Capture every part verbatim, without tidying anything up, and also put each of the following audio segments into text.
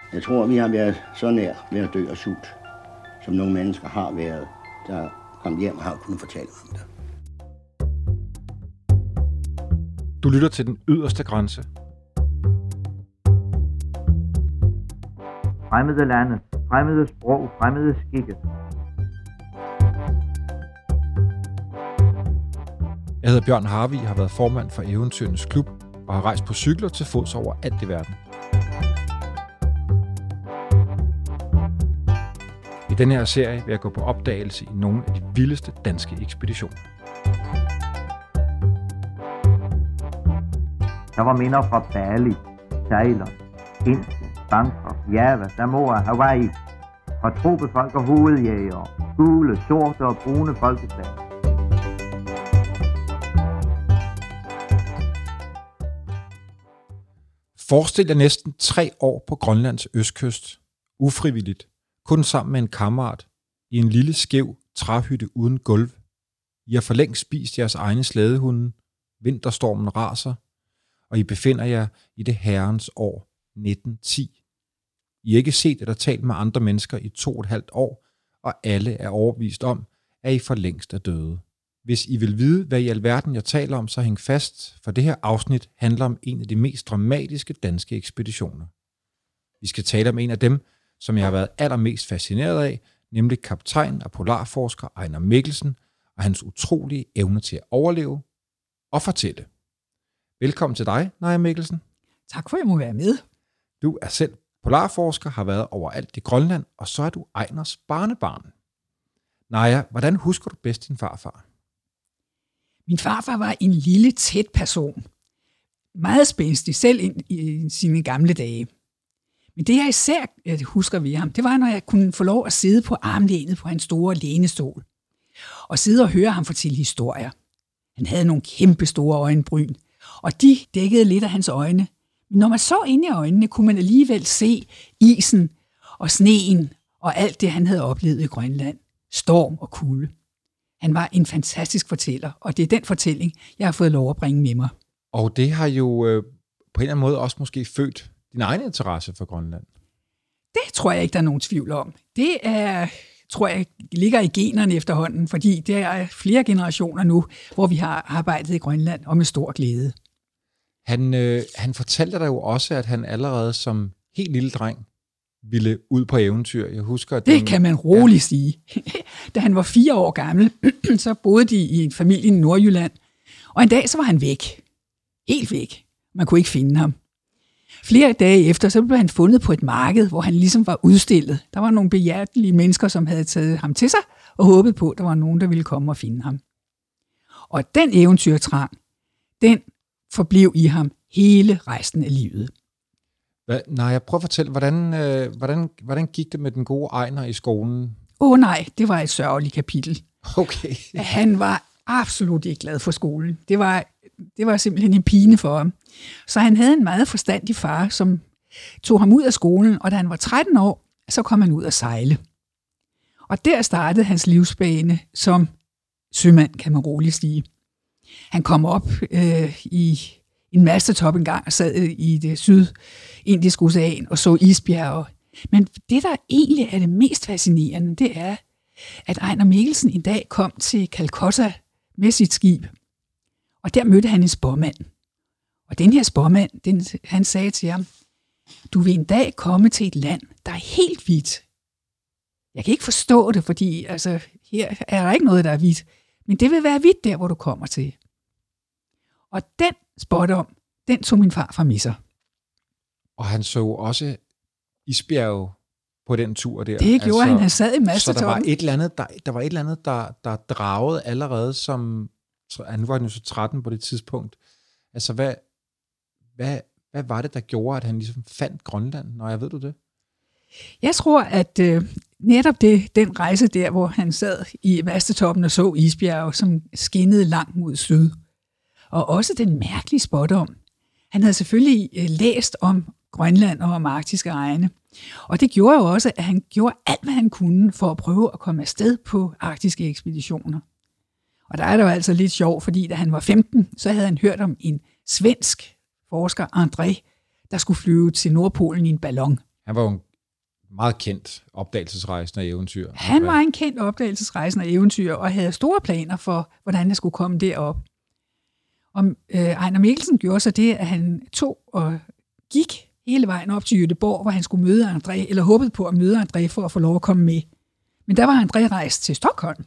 Jeg tror, vi har været så nær ved at dø og sult, som nogle mennesker har været, der kom hjem og har kunnet fortælle om det. Du lytter til Den Yderste Grænse. Fremmede lande, fremmede sprog, fremmede skikke. Jeg hedder Bjørn Harvig, har været formand for Eventyrenes Klub og har rejst på cykler til fods over alt i verden. I denne her serie vil jeg gå på opdagelse i nogle af de vildeste danske ekspeditioner. Der var minder fra Bali, Thailand, Indien, Bangkok, Java, Samoa, Hawaii. Fra tropefolk og hovedjægere, gule, sorte og brune folkeslag. Forestil dig næsten tre år på Grønlands østkyst, ufrivilligt, kun sammen med en kammerat, i en lille skæv træhytte uden gulv. I har for længst spist jeres egne slædehunde, vinterstormen raser, og I befinder jer i det herrens år nitten ti. I har ikke set eller talt med andre mennesker i to og et halvt år, og alle er overbevist om, at I for længst er døde. Hvis I vil vide, hvad i alverden jeg taler om, så hæng fast, for det her afsnit handler om en af de mest dramatiske danske ekspeditioner. Vi skal tale om en af dem, som jeg har været allermest fascineret af, nemlig kaptajn og polarforsker Ejnar Mikkelsen og hans utrolige evne til at overleve og fortælle. Velkommen til dig, Naja Mikkelsen. Tak for, at jeg må være med. Du er selv polarforsker, har været overalt i Grønland, og så er du Ejnars barnebarn. Naja, hvordan husker du bedst din farfar? Min farfar var en lille, tæt person. Meget spændstig, selv i sine gamle dage. Men det, jeg især husker ved ham, det var, når jeg kunne få lov at sidde på armlænet på hans store lænestol og sidde og høre ham fortælle historier. Han havde nogle kæmpe store øjenbryn, og de dækkede lidt af hans øjne. Men når man så ind i øjnene, kunne man alligevel se isen og sneen og alt det, han havde oplevet i Grønland. Storm og kulde. Han var en fantastisk fortæller, og det er den fortælling, jeg har fået lov at bringe med mig. Og det har jo øh, på en eller anden måde også måske født din egen interesse for Grønland. Det tror jeg ikke, der er nogen tvivl om. Det er, tror jeg, ligger i generne efterhånden, fordi det er flere generationer nu, hvor vi har arbejdet i Grønland, og med stor glæde. Han, øh, han fortalte dig jo også, at han allerede som helt lille dreng ville ud på eventyr. Jeg husker, at det den, kan man roligt ja. sige. Da han var fire år gammel, så boede de i en familie i Nordjylland, og en dag så var han væk. Helt væk. Man kunne ikke finde ham. Flere dage efter, så blev han fundet på et marked, hvor han ligesom var udstillet. Der var nogle behjertelige mennesker, som havde taget ham til sig, og håbet på, at der var nogen, der ville komme og finde ham. Og den eventyrtrang, den forblev i ham hele resten af livet. Hvad, nej, jeg prøver at fortælle, hvordan, øh, hvordan, hvordan gik det med den gode Ejnar i skolen? Åh oh, nej, det var et sørgeligt kapitel. Okay. Han var absolut ikke glad for skolen. Det var, det var simpelthen en pine for ham. Så han havde en meget forstandig far, som tog ham ud af skolen, og da han var tretten år, så kom han ud at sejle. Og der startede hans livsbane som sømand, kan man roligt sige. Han kom op øh, i en mastetop en gang og sad i det sydindiske ocean og så isbjerge. Men det, der egentlig er det mest fascinerende, det er, at Ejnar Mikkelsen en dag kom til Calcutta med sit skib. Og der mødte han en spåmand. Og den her spåmand, den, han sagde til ham, du vil en dag komme til et land, der er helt hvidt. Jeg kan ikke forstå det, fordi altså, her er der ikke noget, der er hvidt. Men det vil være hvidt der, hvor du kommer til. Og den spådom, den tog min far fra med sig. Og han så også isbjerge på den tur der. Det gjorde altså, han. Han sad i mastetoppen. Så der var et eller andet, der, der, var et eller andet, der, der dragede allerede som... Nu var han jo så tretten på det tidspunkt. Altså, hvad, hvad, hvad var det, der gjorde, at han ligesom fandt Grønland? Når jeg ved du det? Jeg tror, at øh, netop det, den rejse der, hvor han sad i mastetoppen og så isbjerge, som skinnede langt mod syd. Og også den mærkelige spådom. Han havde selvfølgelig øh, læst om Grønland og om arktiske egne. Og det gjorde jo også, at han gjorde alt, hvad han kunne for at prøve at komme afsted på arktiske ekspeditioner. Og der er det jo altså lidt sjovt, fordi da han var femten, så havde han hørt om en svensk forsker, André, der skulle flyve til Nordpolen i en ballon. Han var jo en meget kendt opdagelsesrejsende og eventyr. Han var en kendt opdagelsesrejsende og eventyr, og havde store planer for, hvordan han skulle komme derop. Og øh, Ejnar Mikkelsen gjorde så det, at han tog og gik hele vejen op til Göteborg, hvor han skulle møde André, eller håbede på at møde André for at få lov at komme med. Men der var André rejst til Stockholm.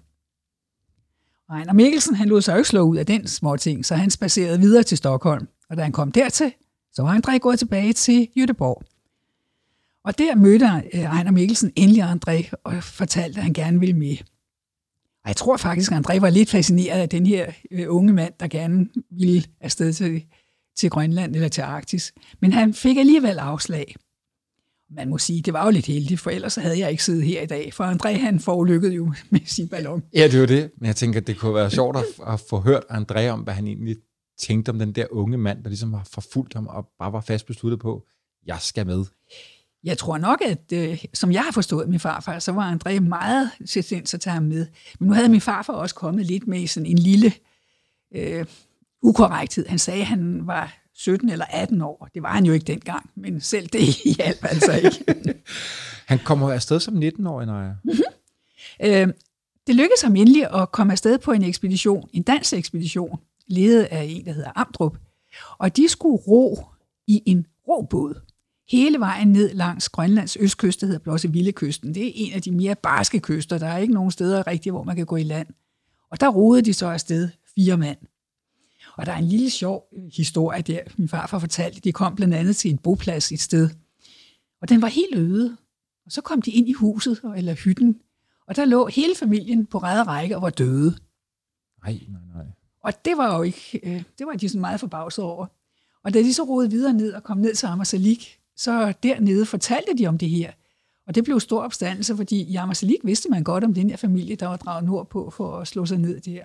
Og Ejnar Mikkelsen, han lod sig jo ikke slå ud af den små ting, så han spacerede videre til Stockholm. Og da han kom dertil, så var André gået tilbage til Göteborg. Og der mødte Ejnar Mikkelsen endelig André og fortalte, at han gerne ville med. Og jeg tror faktisk, at André var lidt fascineret af den her øh, unge mand, der gerne ville afsted til, til Grønland eller til Arktis. Men han fik alligevel afslag. Man må sige, det var jo lidt heldigt, for ellers havde jeg ikke siddet her i dag. For André, han forulykkede jo med sin ballon. Ja, det var det. Men jeg tænker, at det kunne være sjovt at, at få hørt André om, hvad han egentlig tænkte om den der unge mand, der ligesom har forfulgt ham og bare var fast besluttet på, jeg skal med. Jeg tror nok, at øh, som jeg har forstået min farfar, så var André meget til sinds at tage ham med. Men nu havde min farfar også kommet lidt med i sådan en lille øh, ukorrekthed. Han sagde, at han var sytten eller atten år. Det var han jo ikke dengang, men selv det hjalp altså ikke. Han kommer afsted som nitten-årig, Naja. Mm-hmm. Øh, det lykkedes ham endelig at komme afsted på en ekspedition, en dansk ekspedition, ledet af en, der hedder Amdrup. Og de skulle ro i en robåd hele vejen ned langs Grønlands østkyst, der hedder Blossevillekysten. Det er en af de mere barske kyster. Der er ikke nogen steder rigtigt, hvor man kan gå i land. Og der rodede de så afsted fire mand. Og der er en lille sjov historie der, min farfar fortalte. De kom blandt andet til en boplads et sted. Og den var helt øde. Og så kom de ind i huset, eller hytten. Og der lå hele familien på rad og række og var døde. Nej, nej, nej. Og det var jo ikke, øh, det var de sådan meget forbavset over. Og da de så rodede videre ned og kom ned til Ammassalik, så dernede fortalte de om det her. Og det blev stor opstandelse, fordi i Ammassalik vidste man godt om den her familie, der var draget nordpå for at slå sig ned der.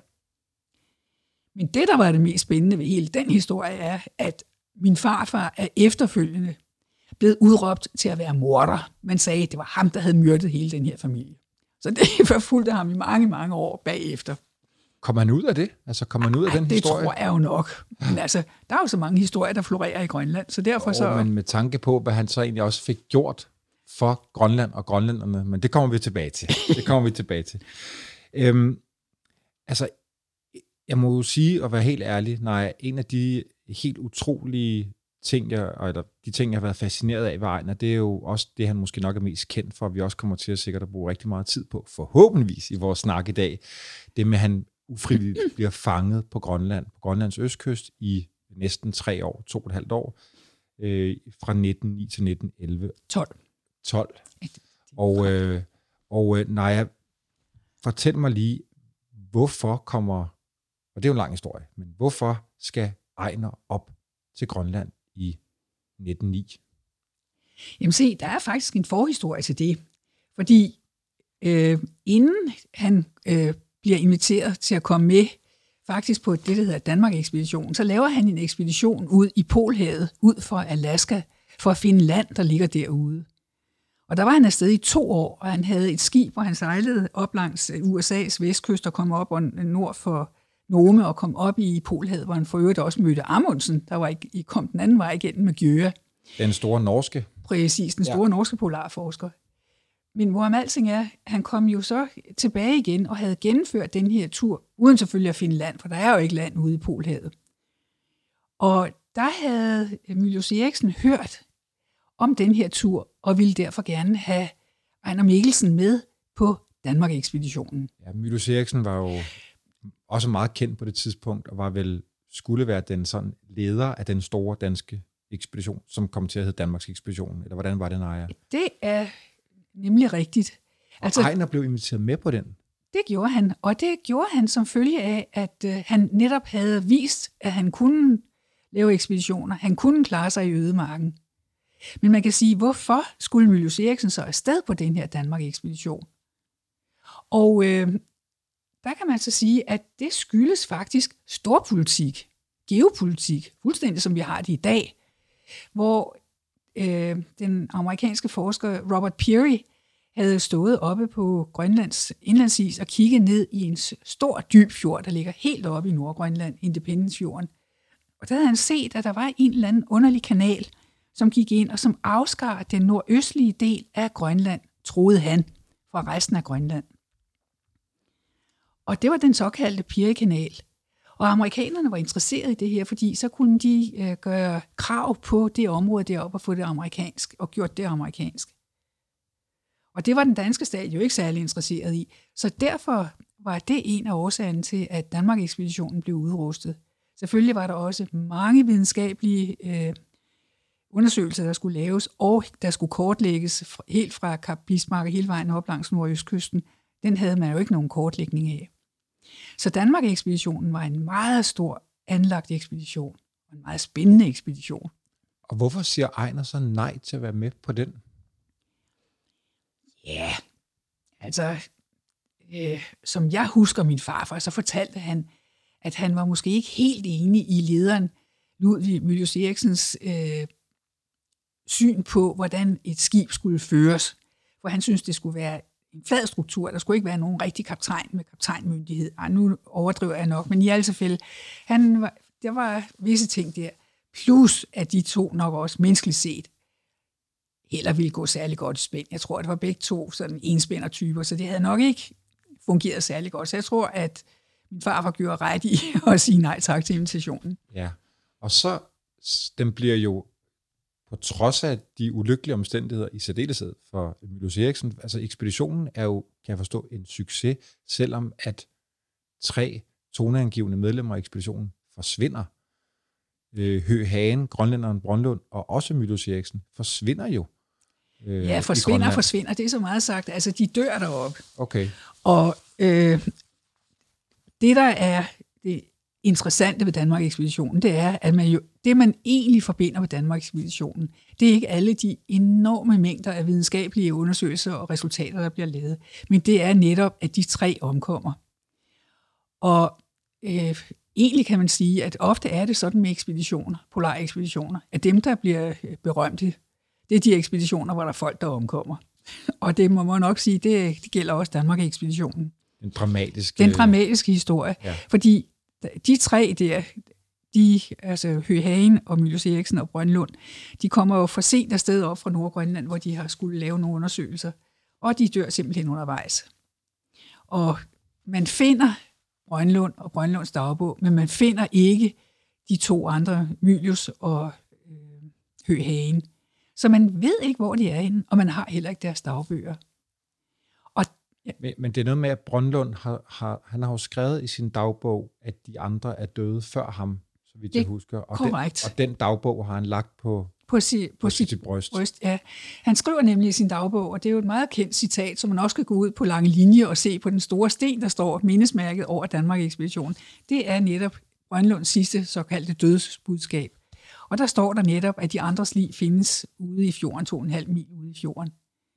Men det, der var det mest spændende ved hele den historie, er, at min farfar er efterfølgende blevet udråbt til at være morder. Man sagde, at det var ham, der havde myrdet hele den her familie. Så det forfulgte ham i mange, mange år bagefter. Kom han ud af det? Altså, kom han ud af Ej, den det historie? Det tror jeg jo nok. Men altså, der er jo så mange historier, der florerer i Grønland, så derfor oh, så... Men med tanke på, hvad han så egentlig også fik gjort for Grønland og grønlænderne, men det kommer vi tilbage til. Det kommer vi tilbage til. Øhm, altså, jeg må jo sige, og være helt ærlig, når en af de helt utrolige ting, jeg, eller de ting, jeg har været fascineret af ved Ejnar, det er jo også det, han måske nok er mest kendt for, vi også kommer til at sikkert at bruge rigtig meget tid på, forhåbentligvis i vores snak i dag, det med, at han ufrivilligt bliver fanget på Grønland, på Grønlands østkyst i næsten tre år, to og et halvt år, øh, fra nitten ni til nitten elleve. tolv. tolv. Og, øh, og øh, Naja, fortæl mig lige, hvorfor kommer, og det er jo en lang historie, men hvorfor skal Ejnar op til Grønland i nitten ni? Jamen se, der er faktisk en forhistorie til det, fordi øh, inden han øh, bliver inviteret til at komme med faktisk på det, der hedder Danmark-ekspeditionen, så laver han en ekspedition ud i Polhavet, ud for Alaska, for at finde land, der ligger derude. Og der var han afsted i to år, og han havde et skib, hvor han sejlede op langs U S A's vestkyst og kom op nord for Nome og kom op i Polhavet, hvor han for øvrigt også mødte Amundsen, der var i, kom den anden vej igennem med Gjøa. Den store norske. Præcis, den store ja. norske polarforsker. Men hvorom alting er, han kom jo så tilbage igen og havde gennemført den her tur, uden selvfølgelig at finde land, for der er jo ikke land ude i Polhavet. Og der havde Mylius Eriksen hørt om den her tur, og ville derfor gerne have Ejnar Mikkelsen med på Danmark-ekspeditionen. Ja, Mylius Eriksen var jo også meget kendt på det tidspunkt, og var vel skulle være den sådan leder af den store danske ekspedition, som kom til at hedde Danmarks ekspedition. Eller hvordan var det, Naja? Det er nemlig rigtigt. Altså, og Ejnar blev inviteret med på den? Det gjorde han, og det gjorde han som følge af, at øh, han netop havde vist, at han kunne lave ekspeditioner. Han kunne klare sig i ødemarken. Men man kan sige, hvorfor skulle Mylius Eriksen så afsted på den her Danmark-ekspedition? Og øh, der kan man så sige, at det skyldes faktisk storpolitik, geopolitik, fuldstændig som vi har det i dag, hvor øh, den amerikanske forsker Robert Peary havde stået oppe på Grønlands indlandsis og kigget ned i en stor, dyb fjord, der ligger helt oppe i Nordgrønland, Independence-fjorden. Og der havde han set, at der var en eller anden underlig kanal, som gik ind og som afskar den nordøstlige del af Grønland, troede han, fra resten af Grønland. Og det var den såkaldte Peary-kanal. Og amerikanerne var interesserede i det her, fordi så kunne de øh, gøre krav på det område deroppe og få det amerikansk, og gjort det amerikansk. Og det var den danske stat jo ikke særlig interesseret i. Så derfor var det en af årsagerne til, at Danmark-ekspeditionen blev udrustet. Selvfølgelig var der også mange videnskabelige øh, undersøgelser, der skulle laves, og der skulle kortlægges helt fra Kap Bismarck hele vejen op langs nordøstkysten. Den havde man jo ikke nogen kortlægning af. Så Danmark-ekspeditionen var en meget stor anlagt ekspedition, og en meget spændende ekspedition. Og hvorfor siger Ejner så nej til at være med på den? Ja, altså, øh, som jeg husker min farfar, så fortalte han, at han var måske ikke helt enig i lederen Ludvig Mylius Erichsens øh, syn på, hvordan et skib skulle føres. For han synes, det skulle være en flad struktur. Der skulle ikke være nogen rigtig kaptajn med kaptajnmyndighed. Ej, nu overdriver jeg nok, men i alle fald, han var, der var visse ting der. Plus, at de to nok også menneskeligt set heller ville gå særlig godt i spænd. Jeg tror, det var begge to sådan enspændertyper, så det havde nok ikke fungeret særlig godt. Så jeg tror, at min farfar gjorde ret i at sige nej tak til invitationen. Ja, og så den bliver jo på trods af de ulykkelige omstændigheder i særdeleshed for Mylius Erichsen, altså ekspeditionen er jo, kan jeg forstå, en succes, selvom at tre toneangivende medlemmer af ekspeditionen forsvinder. Øh, Høgh Hagen, grønlænderen Brønlund og også Mylius Erichsen forsvinder jo. Øh, ja, forsvinder, forsvinder, det er så meget sagt. Altså, de dør deroppe. Okay. Og øh, det, der er det interessante ved Danmark-ekspeditionen, det er, at man jo, det, man egentlig forbinder med Danmark-ekspeditionen, det er ikke alle de enorme mængder af videnskabelige undersøgelser og resultater, der bliver lavet, men det er netop, at de tre omkommer. Og øh, egentlig kan man sige, at ofte er det sådan med ekspeditioner, polarekspeditioner, at dem, der bliver berømte, det er de ekspeditioner, hvor der er folk, der omkommer. Og det må man nok sige, det, det gælder også Danmark-ekspeditionen. Den dramatiske... Den dramatiske historie. Ja. Fordi de tre der, de, altså Høgh Hagen og Mylius Erichsen og Brønlund, de kommer jo for sent afsted op fra Nordgrønland, hvor de har skulle lave nogle undersøgelser. Og de dør simpelthen undervejs. Og man finder Brønlund og Brønlunds dagbog, men man finder ikke de to andre, Mylius og øh, Høgh Hagen. Så man ved ikke, hvor de er henne, og man har heller ikke deres dagbøger. Og, ja. men, men det er noget med, at Brønlund har, har, han har jo skrevet i sin dagbog, at de andre er døde før ham, så vidt jeg husker. Og korrekt. Den, og den dagbog har han lagt på, på, si, på, på sit, sit bryst. bryst. Ja. Han skriver nemlig i sin dagbog, og det er jo et meget kendt citat, som man også kan gå ud på lange linjer og se på den store sten, der står mindesmærket over Danmark-ekspeditionen. Det er netop Brønlunds sidste såkaldte dødsbudskab. Og der står der netop, at de andres lig findes ude i fjorden, to og en halv mil ude i fjorden.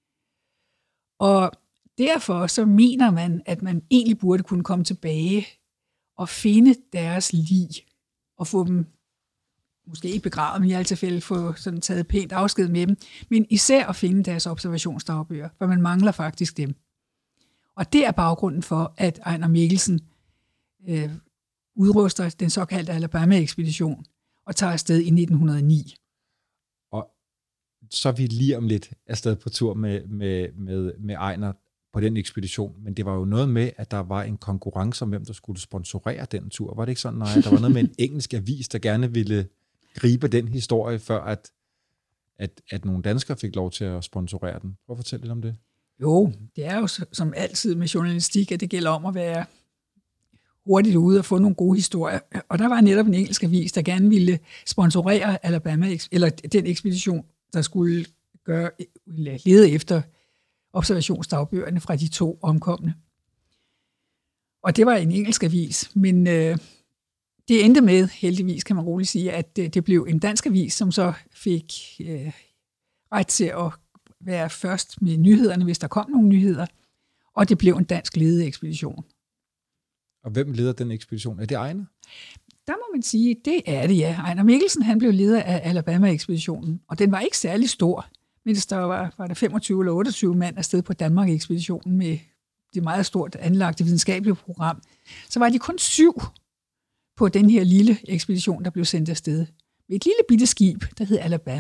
Og derfor så mener man, at man egentlig burde kunne komme tilbage og finde deres lig og få dem, måske ikke begravet, men i alt tilfælde få sådan taget pænt afsked med dem, men især at finde deres observationsdagbøger, for man mangler faktisk dem. Og det er baggrunden for, at Ejner Mikkelsen øh, udruster den såkaldte Alabama-ekspedition og tager afsted i nitten hundrede og ni. Og så er vi lige om lidt afsted på tur med, med, med, med Ejner på den ekspedition, men det var jo noget med, at der var en konkurrence om, hvem der skulle sponsorere den tur. Var det ikke sådan? Nej, der var noget med en engelsk avis, der gerne ville gribe den historie, før at, at, at nogle danskere fik lov til at sponsorere den. Prøv at fortælle lidt om det. Jo, det er jo som altid med journalistik, at det gælder om at være hurtigt ude og få nogle gode historier. Og der var netop en engelsk avis, der gerne ville sponsorere Alabama, eller den ekspedition, der skulle gøre, lede efter observationsdagbøgerne fra de to omkomne. Og det var en engelsk avis, men øh, det endte med, heldigvis kan man roligt sige, at det, det blev en dansk avis, som så fik øh, ret til at være først med nyhederne, hvis der kom nogle nyheder, og det blev en dansk ledet ekspedition. Og hvem leder den ekspedition? Er det Ejner? Der må man sige, det er det, ja. Ejner Mikkelsen, han blev leder af Alabama-ekspeditionen, og den var ikke særlig stor, mens der var, var der femogtyve eller otteogtyve mand afsted på Danmark-ekspeditionen med det meget stort anlagte videnskabelige program. Så var de kun syv på den her lille ekspedition, der blev sendt afsted. Med et lille bitte skib, der hed Alabama. Det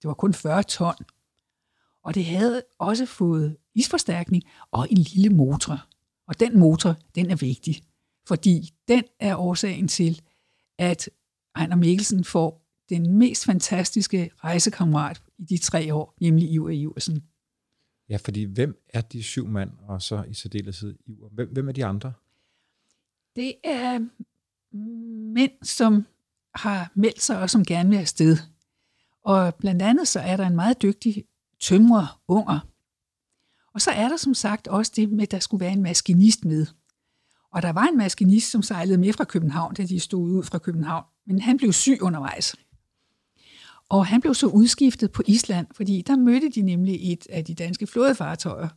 Det var kun fyrre ton. Og det havde også fået isforstærkning og en lille motor. Og den motor, den er vigtig, fordi den er årsagen til, at Ejnar Mikkelsen får den mest fantastiske rejsekammerat i de tre år, nemlig Iver Iversen. Ja, fordi hvem er de syv mand, og så i særdeleshed Iver? Hvem, hvem er de andre? Det er mænd, som har meldt sig og som gerne vil afsted. Og blandt andet så er der en meget dygtig tømrer, unger. Og så er der som sagt også det med, at der skulle være en maskinist med. Og der var en maskinist, som sejlede med fra København, da de stod ud fra København. Men han blev syg undervejs. Og han blev så udskiftet på Island, fordi der mødte de nemlig et af de danske flådefartøjer.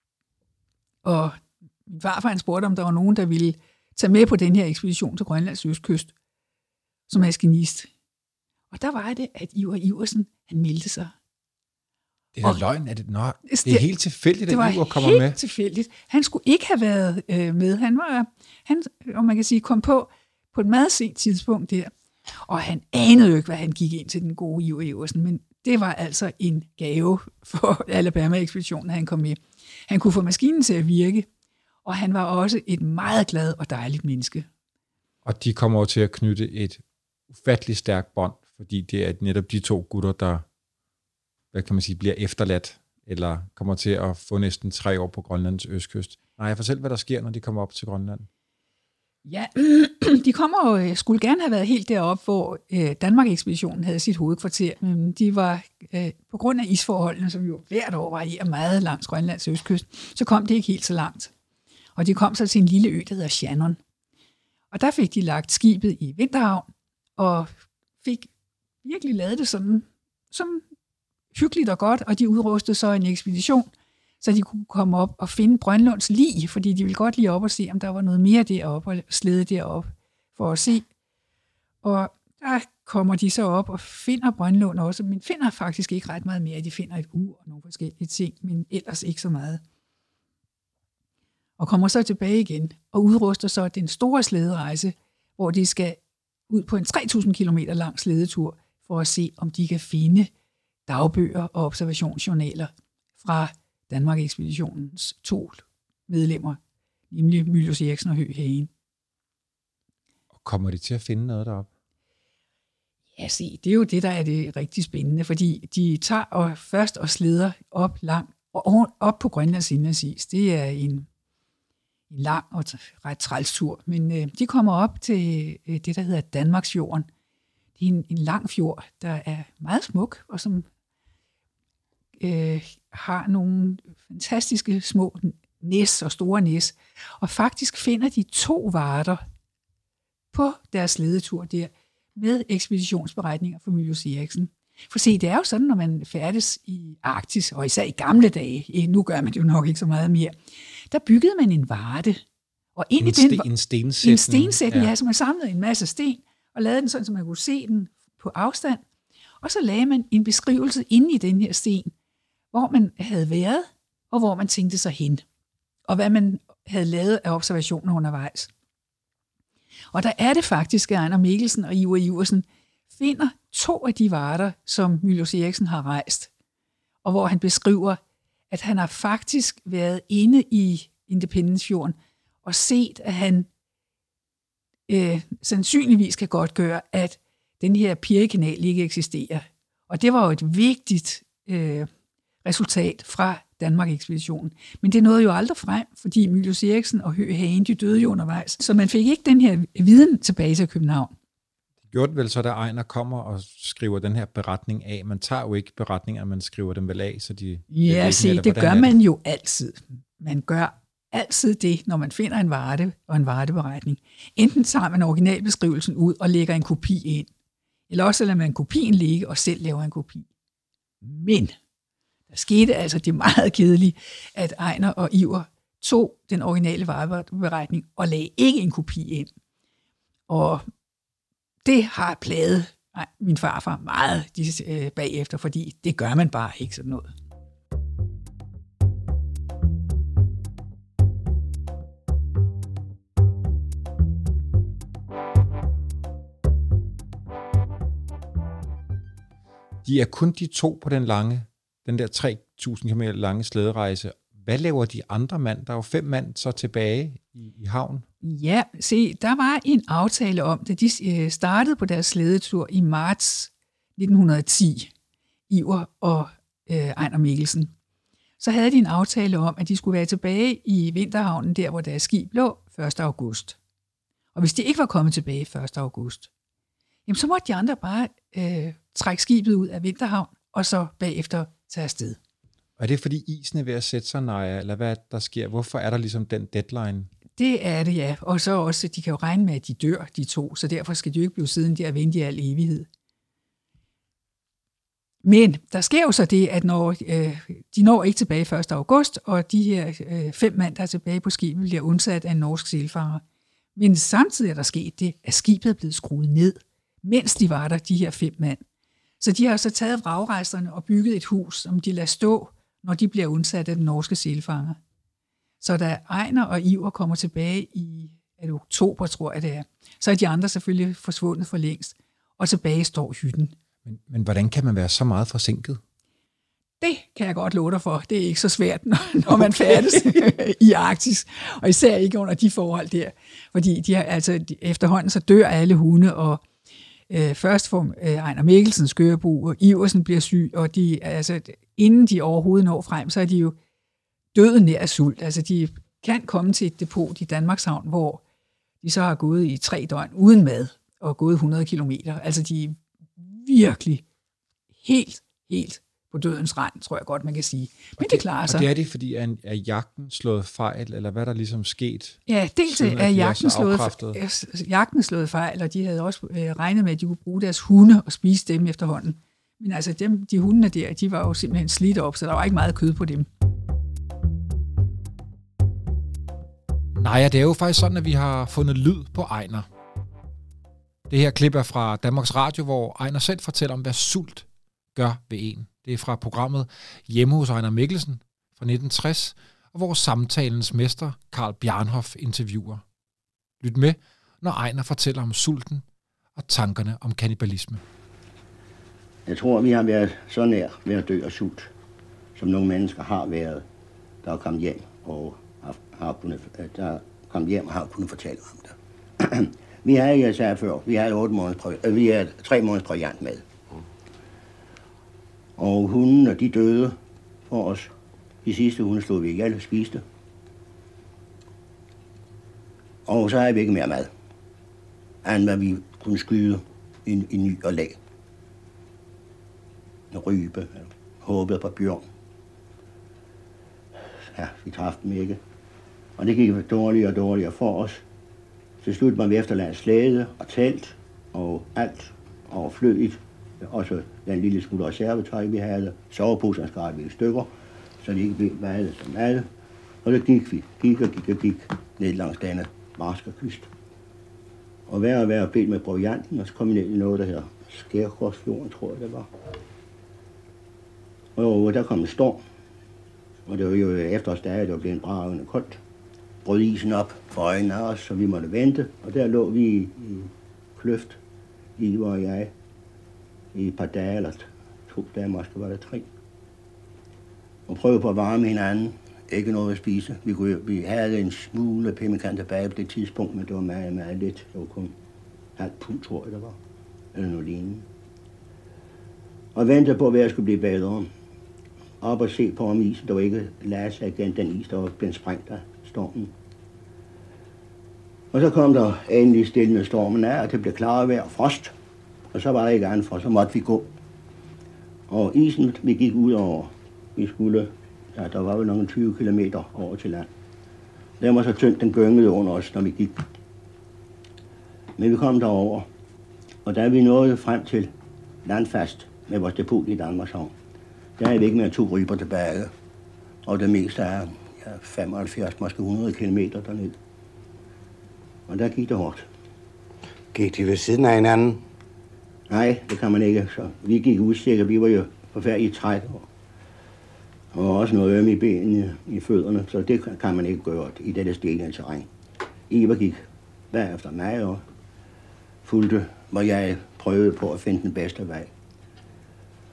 Og min farfar han spurgte, om der var nogen, der ville tage med på den her ekspedition til Grønlands østkyst som maskinist. Og der var det, at Iver Iversen, han meldte sig. Det er da løgn, at det, nå, det er helt tilfældigt, at Iver kommer med. Det var helt tilfældigt. Han skulle ikke have været øh, med. Han var, han, om man kan sige, kom på på et meget sent tidspunkt der. Og han anede jo ikke, hvad han gik ind til den gode Iver Iversen, men det var altså en gave for Alabama-ekspeditionen, at han kom med. Han kunne få maskinen til at virke, og han var også et meget glad og dejligt menneske. Og de kommer over til at knytte et ufatteligt stærkt bånd, fordi det er netop de to gutter, der, hvad kan man sige, bliver efterladt, eller kommer til at få næsten tre år på Grønlands østkyst. Nej, fortæl, hvad der sker, når de kommer op til Grønland. Ja, de kommer og skulle gerne have været helt deroppe, hvor øh, Danmark-ekspeditionen havde sit hovedkvarter, men de var øh, på grund af isforholdene, som jo hvert år varierer meget langs Grønlands østkyst, så kom det ikke helt så langt. Og de kom så til en lille ø, der hedder Shannon. Og der fik de lagt skibet i vinterhavn, og fik virkelig lavet det sådan, som hyggeligt og godt, og de udrustede så en ekspedition, så de kunne komme op og finde Brønlunds lig, fordi de ville godt lige op og se, om der var noget mere deroppe, og slæde deroppe for at se. Og der kommer de så op og finder Brønlund også, men finder faktisk ikke ret meget mere. De finder et ur og nogle forskellige ting, men ellers ikke så meget. Og kommer så tilbage igen og udruster så den store slæderejse, hvor de skal ud på en tre tusind kilometer lang slædetur for at se, om de kan finde dagbøger og observationsjournaler fra Danmark-ekspeditionens to medlemmer, nemlig Mylius Eriksen og Høegh Hagen. Og kommer de til at finde noget deroppe? Ja, se, det er jo det, der er det rigtig spændende, fordi de tager og først og slæder op langt, og op på Grønlands indlandsis. Det er en, en lang og ret træls tur, men øh, de kommer op til øh, det, der hedder Danmarksfjorden. Det er en, en lang fjord, der er meget smuk, og som øh, har nogle fantastiske små næs og store næs. Og faktisk finder de to varter på deres slædetur der, med ekspeditionsberetninger fra Mylius Eriksen. For se, det er jo sådan, når man færdes i Arktis, og især i gamle dage, nu gør man det jo nok ikke så meget mere, der byggede man en varte. Og ind en, i den, sten, en stensætning. En stensætning, ja. ja, så man samlede en masse sten, og lavede den sådan, så man kunne se den på afstand. Og så lagde man en beskrivelse inde i den her sten, hvor man havde været, og hvor man tænkte sig hen. Og hvad man havde lavet af observationer undervejs. Og der er det faktisk, at Ejnar Mikkelsen og Iver Iversen finder to af de varter, som Mylius Eriksen har rejst. Og hvor han beskriver, at han har faktisk været inde i Independence-fjorden og set, at han øh, sandsynligvis kan godt gøre, at den her Pirkekanal ikke eksisterer. Og det var jo et vigtigt øh, resultat fra Danmark-ekspeditionen. Men det nåede jo aldrig frem, fordi Mylius Eriksen og Høegh Hagen, de døde jo undervejs. Så man fik ikke den her viden tilbage til København. Det gjorde vel så, da Ejnar kommer og skriver den her beretning af. Man tager jo ikke beretninger, man skriver dem vel af, så de... Ja, det se, det gør man jo altid. Man gør altid det, når man finder en varte og en varteberetning. Enten tager man originalbeskrivelsen ud og lægger en kopi ind, eller også lader man kopien ligge og selv laver en kopi. Men der skete altså det meget kedelige, at Ejnar og Iver tog den originale vareberetning og lagde ikke en kopi ind. Og det har plaget min farfar meget bagefter, fordi det gør man bare ikke sådan noget. De er kun de to på den lange, den der tre tusind kilometer lange slæderejse. Hvad laver de andre mand? Der er jo fem mand så tilbage i, i havn. Ja, se, der var en aftale om, da de startede på deres slædetur i marts nitten ti, Iver og øh, Ejner Mikkelsen. Så havde de en aftale om, at de skulle være tilbage i vinterhavnen, der hvor deres skib lå, første august. Og hvis de ikke var kommet tilbage første august, jamen så måtte de andre bare øh, trække skibet ud af vinterhavn, og så bagefter tage afsted. Og er det fordi isen er ved at sætte sig, Naja, eller hvad der sker? Hvorfor er der ligesom den deadline? Det er det, ja. Og så også, de kan jo regne med, at de dør, de to, så derfor skal de jo ikke blive siddende der og vente i al evighed. Men der sker jo så det, at når øh, de når ikke tilbage første august, og de her øh, fem mand, der er tilbage på skibet, bliver undsat af en norsk sælfanger. Men samtidig er der sket det, at skibet er blevet skruet ned, mens de var der, de her fem mand. Så de har så taget vragresterne og bygget et hus, som de lader stå, når de bliver undsat af den norske sælfanger. Så da Ejner og Iver kommer tilbage i er det oktober, tror jeg det er, så er de andre selvfølgelig forsvundet for længst, og tilbage står hytten. Men, men hvordan kan man være så meget forsinket? Det kan jeg godt love dig for. Det er ikke så svært, når, når man færdes i Arktis, og især ikke under de forhold der. Fordi de har, altså, efterhånden så dør alle hunde, og øh, først får øh, Ejner Mikkelsen skørebu, og Iversen bliver syg, og de, altså, inden de overhovedet når frem, så er de jo døde nær af sult. Altså, de kan komme til et depot i Danmarkshavn, hvor de så har gået i tre døgn uden mad, og gået hundrede kilometer. Altså, de er virkelig helt, helt på dødens rand, tror jeg godt, man kan sige. Men det, det klarer sig. Og det er det, fordi er, er jagten slået fejl, eller hvad der ligesom sket? Ja, dels er jagten slået, jagten slået fejl, og de havde også regnet med, at de kunne bruge deres hunde og spise dem efterhånden. Men altså, dem, de hundene der, de var jo simpelthen slidt op, så der var ikke meget kød på dem. Nej, det er jo faktisk sådan, at vi har fundet lyd på Ejner. Det her klip er fra Danmarks Radio, hvor Ejner selv fortæller om, hvad sult gør ved en. Det er fra programmet Hjemme hos Ejner Mikkelsen fra nitten tres, og hvor samtalens mester, Carl Bjarnhof, interviewer. Lyt med, når Ejner fortæller om sulten og tankerne om kannibalisme. Jeg tror, vi har været så nær ved at dø af sult, som nogle mennesker har været, der er kommet hjem og har kunnet, der kommet hjem og har kunnet fortælle om det. Vi havde, jeg sagde før, vi havde, otte måneder, øh, vi havde tre måneders proviant med. Og hundene, de døde for os. De sidste hunde slog vi ihjel og spiste. Og så havde vi ikke mere mad, end hvad vi kunne skyde i, i ny og lag. En rybe, håbede på bjørn. Ja, vi traf dem ikke. Og det gik dårligere og dårligere for os. Til slut var vi efterladt slæde og telt og alt overflødigt. Også den lille smule reservetøj, vi havde. Soveposerne skar vi i stykker, så det ikke blev mad som mad. Og så gik vi, gik og gik og gik ned langs denne marske kyst. Og hver og hver blev med provianten, og så kom vi ned i noget, der hedder Skærgårdsfjorden, tror jeg det var. Og der kom en storm, og det var jo efterårsdage, det var blevet bragende koldt. Brød isen op for øjnene af os, så vi måtte vente, og der lå vi i, i kløft, Iver og jeg, i et par dage, eller to dage, måske var det tre. Og prøvede på at varme hinanden, ikke noget at spise. Vi, kunne, vi havde en smule pemmikan tilbage på det tidspunkt, men det var meget, meget lidt. Det var kun halv pund, tror jeg, der var, eller noget lignende. Og ventede på, at vejret skulle blive bedre. Op og se på om isen, der var ikke lagde sig igen, den is, der var blevet sprængt af stormen. Og så kom der endelig stille stormen af, og det blev klare vejr og frost. Og så var der ikke andet for, så måtte vi gå. Og isen, vi gik ud over, vi skulle, ja, der var jo nogle tyve kilometer over til land. Den var så tyndt, den gyngede under os, når vi gik. Men vi kom derover, og da vi nåede frem til landfast med vores depot i Danmarkshavn, der havde vi ikke mere to ryber tilbage. Og det meste er ja, femoghalvfjerds, måske hundrede kilometer dernede. Og der gik det hårdt. Gik de ved siden af hinanden? Nej, det kan man ikke. Så vi gik udstikker, vi var jo forfærdeligt træt. Og også noget øm i benene, i fødderne, så det kan man ikke gøre i dette stenede terræn. Iver gik bagefter mig og fulgte, hvor jeg prøvede på at finde den bedste vej.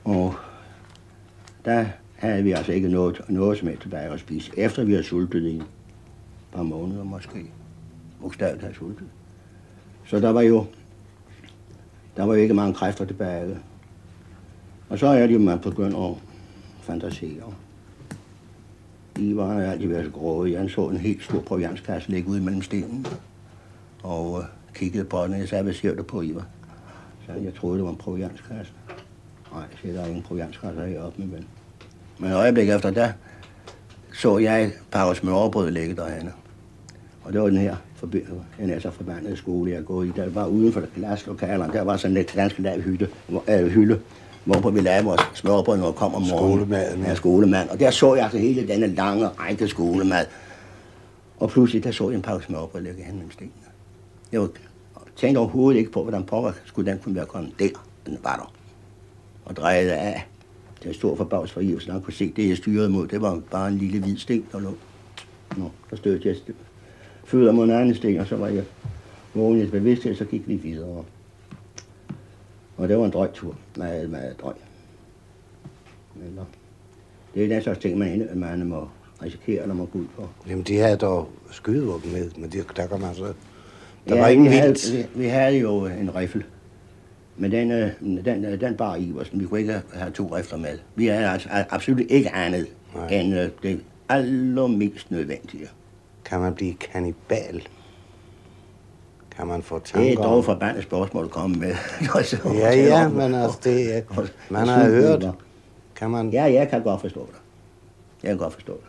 Og der havde vi altså ikke noget, noget som helst tilbage at spise, efter vi havde sultet i et par måneder måske. Bogstaveligt havde sultet. Så der var jo, der var jo ikke mange kræfter tilbage. Og så er det jo, man begynder at fantasere. Ivar har altid været så grådig. Han så en helt stor provianskasse ligge ude mellem stenen. Og øh, kiggede på den, og jeg sagde, hvad siger du på, Ivar? Så jeg troede, det var en provianskasse. Nej, så der er ingen provianskasse heroppe, min ven. Men et øjeblik efter, der så jeg et par smørrebrød ligge derhenne. Og det var den her, den her så forbandede skole, jeg går i. Der var uden for klasselokalerne, der var sådan et ganske lav hytte, øh, hylde, hvorpå vi lavede vores smørrebrød, når vi kom om morgenen. Skolemaden. Ja, skolemand. Og der så jeg altså hele denne lange række skolemad. Og pludselig, der så jeg en pakke smørrebrød ligge hen mellem stenene. Jeg var, tænkte overhovedet ikke på, hvordan pokker skulle den kunne være kommet der. Den var der. Og drejede af. Det var stor forbavs for Iver, så han kunne se, det jeg styrede mod, det var bare en lille hvid sten, der lå. Nå, der stødte jeg fødder mod en anden sten, og så var jeg vågen i bevidsthed, så gik vi videre. Og det var en drøg tur. Meget, meget drøg. Men det er den slags ting, man, man må risikere, eller må gå ud på. Jamen, de havde dog skydevåben med, men de, der kan man så... Der ja, var ingen vi vildt. Havde, vi, vi havde jo en riffel. Men den, den, den bar Iversen. Vi kunne ikke have to rifler med. Vi havde altså absolut ikke andet Nej. end det allermest nødvendige. Kan man blive kannibal? Kan man få tanker? Det er dog forbandet spørgsmål at komme med. ja, ja, men altså, det er, man har hørt. Kan man... Ja, jeg kan godt forstå det. Jeg kan godt forstå det.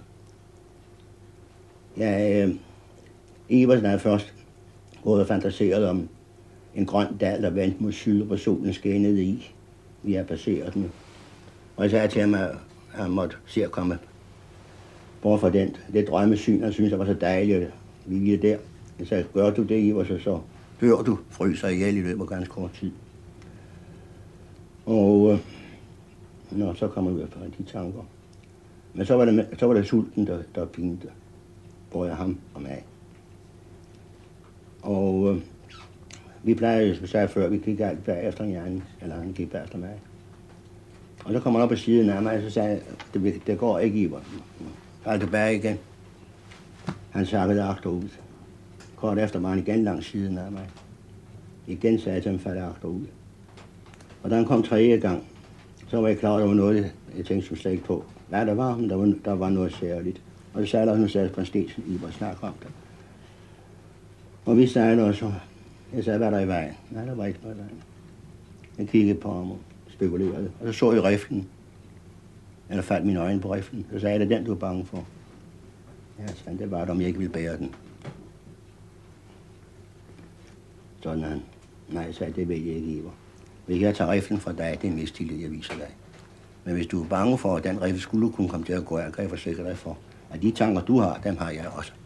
Ja, øh, Iversen havde først gået og fantaseret om en grøn dal, der vendte mod syd, hvor solen skinnede i. Vi har passeret den. Og jeg sagde til ham, at han måtte se at komme bort fra den. Det drømmesyn, han synes, det var så dejligt, at vi er der. Jeg sagde, gør du det, Iver, så, så dør du, fryser ihjel i løbet af ganske kort tid. Og øh, nå, så kommer vi ud fra de tanker. Men så var det, så var det sulten, der, der pinte. Både ham og mig. Og øh, vi plejede, som jeg sagde før, vi gik alt bag efter hjernen, eller han gik bag efter mig. Og så kom han op på siden af mig, og så sagde jeg, det, det går ikke, Iver. Fald tilbage igen. Han sakkede agterud. Kort efter var han igen langs siden af mig. Igen sagde jeg til ham, falde agterud. Og da han kom tredje gang, så var jeg klar, at der var noget, jeg tænkte som slet ikke på. Hvad der var, men der var, der var noget særligt. Og det sagde der også, nu sagde Stensen, Iver, snak om det. Og vi sagde også, jeg sagde, hvad er der i vejen? Nej, der var ikke noget i vejen. Jeg kiggede på ham og spekulerede. Og så så jeg riflen. Eller faldt mine øjne på riflen. Så sagde jeg, det er den, du er bange for. Ja, sagde, det var det, om jeg ikke ville bære den. Sådan han. Nej, sagde, det vil jeg ikke, Iver. Hvis jeg tager riflen fra dig, det er mistillid, jeg viser dig. Men hvis du er bange for, at den rifle skulle kunne komme til at gå, jeg kan jeg forsikre dig for, at de tanker, du har, dem har jeg også.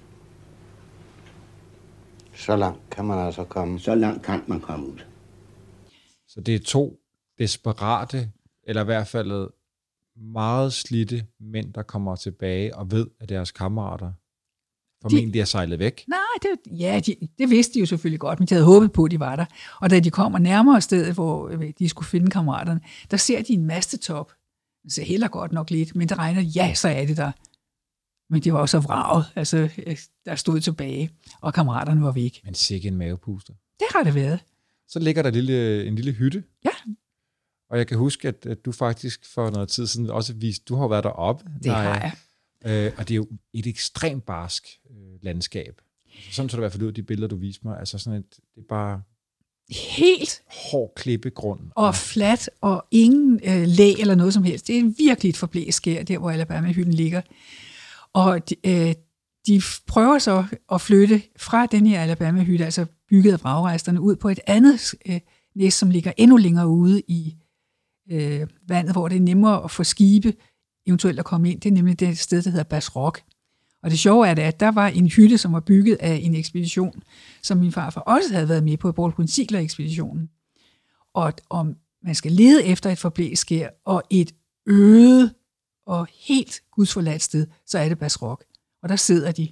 Så langt kan man altså komme. Så langt kan man komme ud. Så det er to desperate, eller i hvert fald meget slidte mænd, der kommer tilbage og ved, at deres kammerater formentlig de, er sejlet væk. Nej, det, ja, de, det vidste de jo selvfølgelig godt, men de havde håbet på, at de var der. Og da de kommer nærmere stedet, hvor de skulle finde kammeraterne, der ser de en mastetop. Det ser heller godt nok lidt, men det regner, ja, så er det der. Men det var også vraget, altså der stod tilbage, og kammeraterne var væk. Men sikke en mavepuster. Det har det været. Så ligger der en lille, en lille hytte. Ja. Og jeg kan huske, at, at du faktisk for noget tid siden også viste, du har været deroppe. Det har jeg. Øh, og det er jo et ekstremt barsk øh, landskab. Sådan så det i hvert fald ud af de billeder, du viste mig. Altså sådan et, det er bare helt hård klippegrund. Og fladt, og ingen øh, læ eller noget som helst. Det er virkelig et forblæst skær, der hvor Alabama-hytten ligger. Og de, øh, de prøver så at flytte fra den her Alabama-hytte, altså bygget af vragresterne, ud på et andet øh, næst, som ligger endnu længere ude i øh, vandet, hvor det er nemmere at få skibe eventuelt at komme ind. Det er nemlig det sted, der hedder Bass Rock. Og det sjove er det, at der var en hytte, som var bygget af en ekspedition, som min farfar også havde været med på, Borgelbrun Ziegler-ekspeditionen. Og om man skal lede efter et forblæst skær og et øde og helt gudsforladt sted, så er det Bass Rock. Og der sidder de,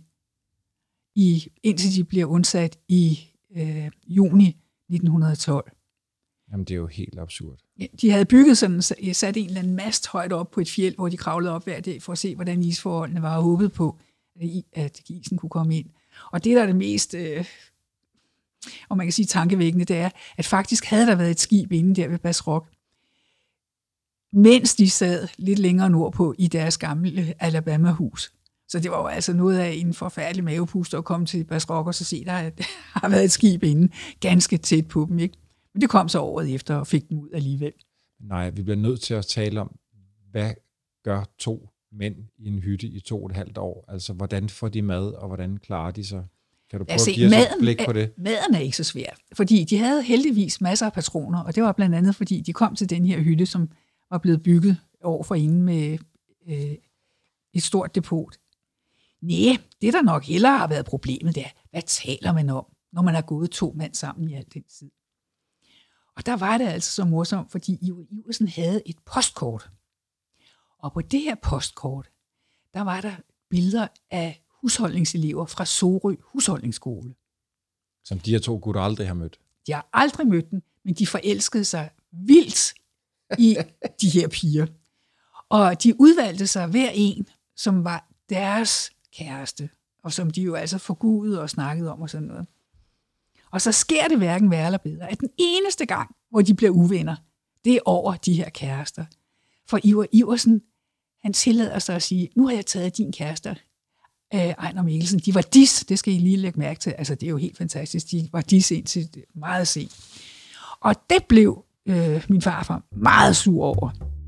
i, indtil de bliver undsat i øh, juni nitten tolv. Jamen, det er jo helt absurd. Ja, de havde bygget sådan, sat en eller anden mast højt op på et fjeld, hvor de kravlede op hver dag for at se, hvordan isforholdene var, og håbede på, at isen kunne komme ind. Og det, der er det mest, øh, og man kan sige tankevækkende, det er, at faktisk havde der været et skib inde der ved Bass Rock, mens de sad lidt længere nordpå i deres gamle Alabama-hus. Så det var jo altså noget af en forfærdelig mavepuster at komme til Bass Rock og så se, der har været et skib inde ganske tæt på dem, ikke? Men det kom så året efter og fik dem ud alligevel. Nej, vi bliver nødt til at tale om, hvad gør to mænd i en hytte i to og et halvt år? Altså, hvordan får de mad, og hvordan klarer de sig? Kan du prøve altså, at give os maden, et blik på det? Maden er ikke så svært, fordi de havde heldigvis masser af patroner, og det var blandt andet, fordi de kom til den her hytte, som var blevet bygget over for inden med øh, et stort depot. Næh, det der nok hellere har været problemet, det er, hvad taler man om, når man har gået to mand sammen i al den tid? Og der var det altså så morsomt, fordi Iver Iversen havde et postkort. Og på det her postkort, der var der billeder af husholdningselever fra Sorø Husholdningsskole. Som de her to gutter aldrig har mødt. De har aldrig mødt dem, men de forelskede sig vildt i de her piger. Og de udvalgte sig hver en, som var deres kæreste, og som de jo altså forgudede og snakkede om og sådan noget. Og så sker det hverken værre eller bedre, at den eneste gang, hvor de bliver uvenner, det er over de her kærester. For Iver Iversen, han tillader sig at sige, nu har jeg taget din kæreste, øh, Ejner Mikkelsen. De var dis, det skal I lige lægge mærke til. Altså, det er jo helt fantastisk. De var dis indtil meget sent. Og det blev øh, min farfar meget sur over.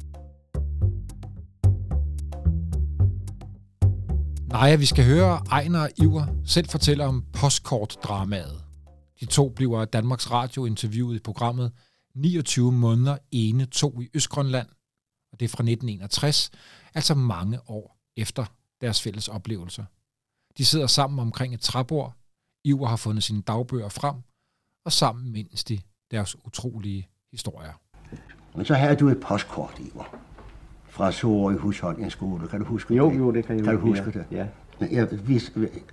Nej, vi skal høre Ejner og Iver selv fortælle om postkortdramaet. De to bliver af Danmarks Radio interviewet i programmet niogtyve måneder ene to i Østgrønland, og det er fra nitten enogtres, altså mange år efter deres fælles oplevelser. De sidder sammen omkring et træbord, Iver har fundet sine dagbøger frem, og sammen mindes de deres utrolige historier. Men så havde du et postkort, Iver, fra Sorø Husholdningsskole. Kan du huske Jo, det? jo, det kan jeg Kan du huske, huske ja. det? Ja. Jeg, vi,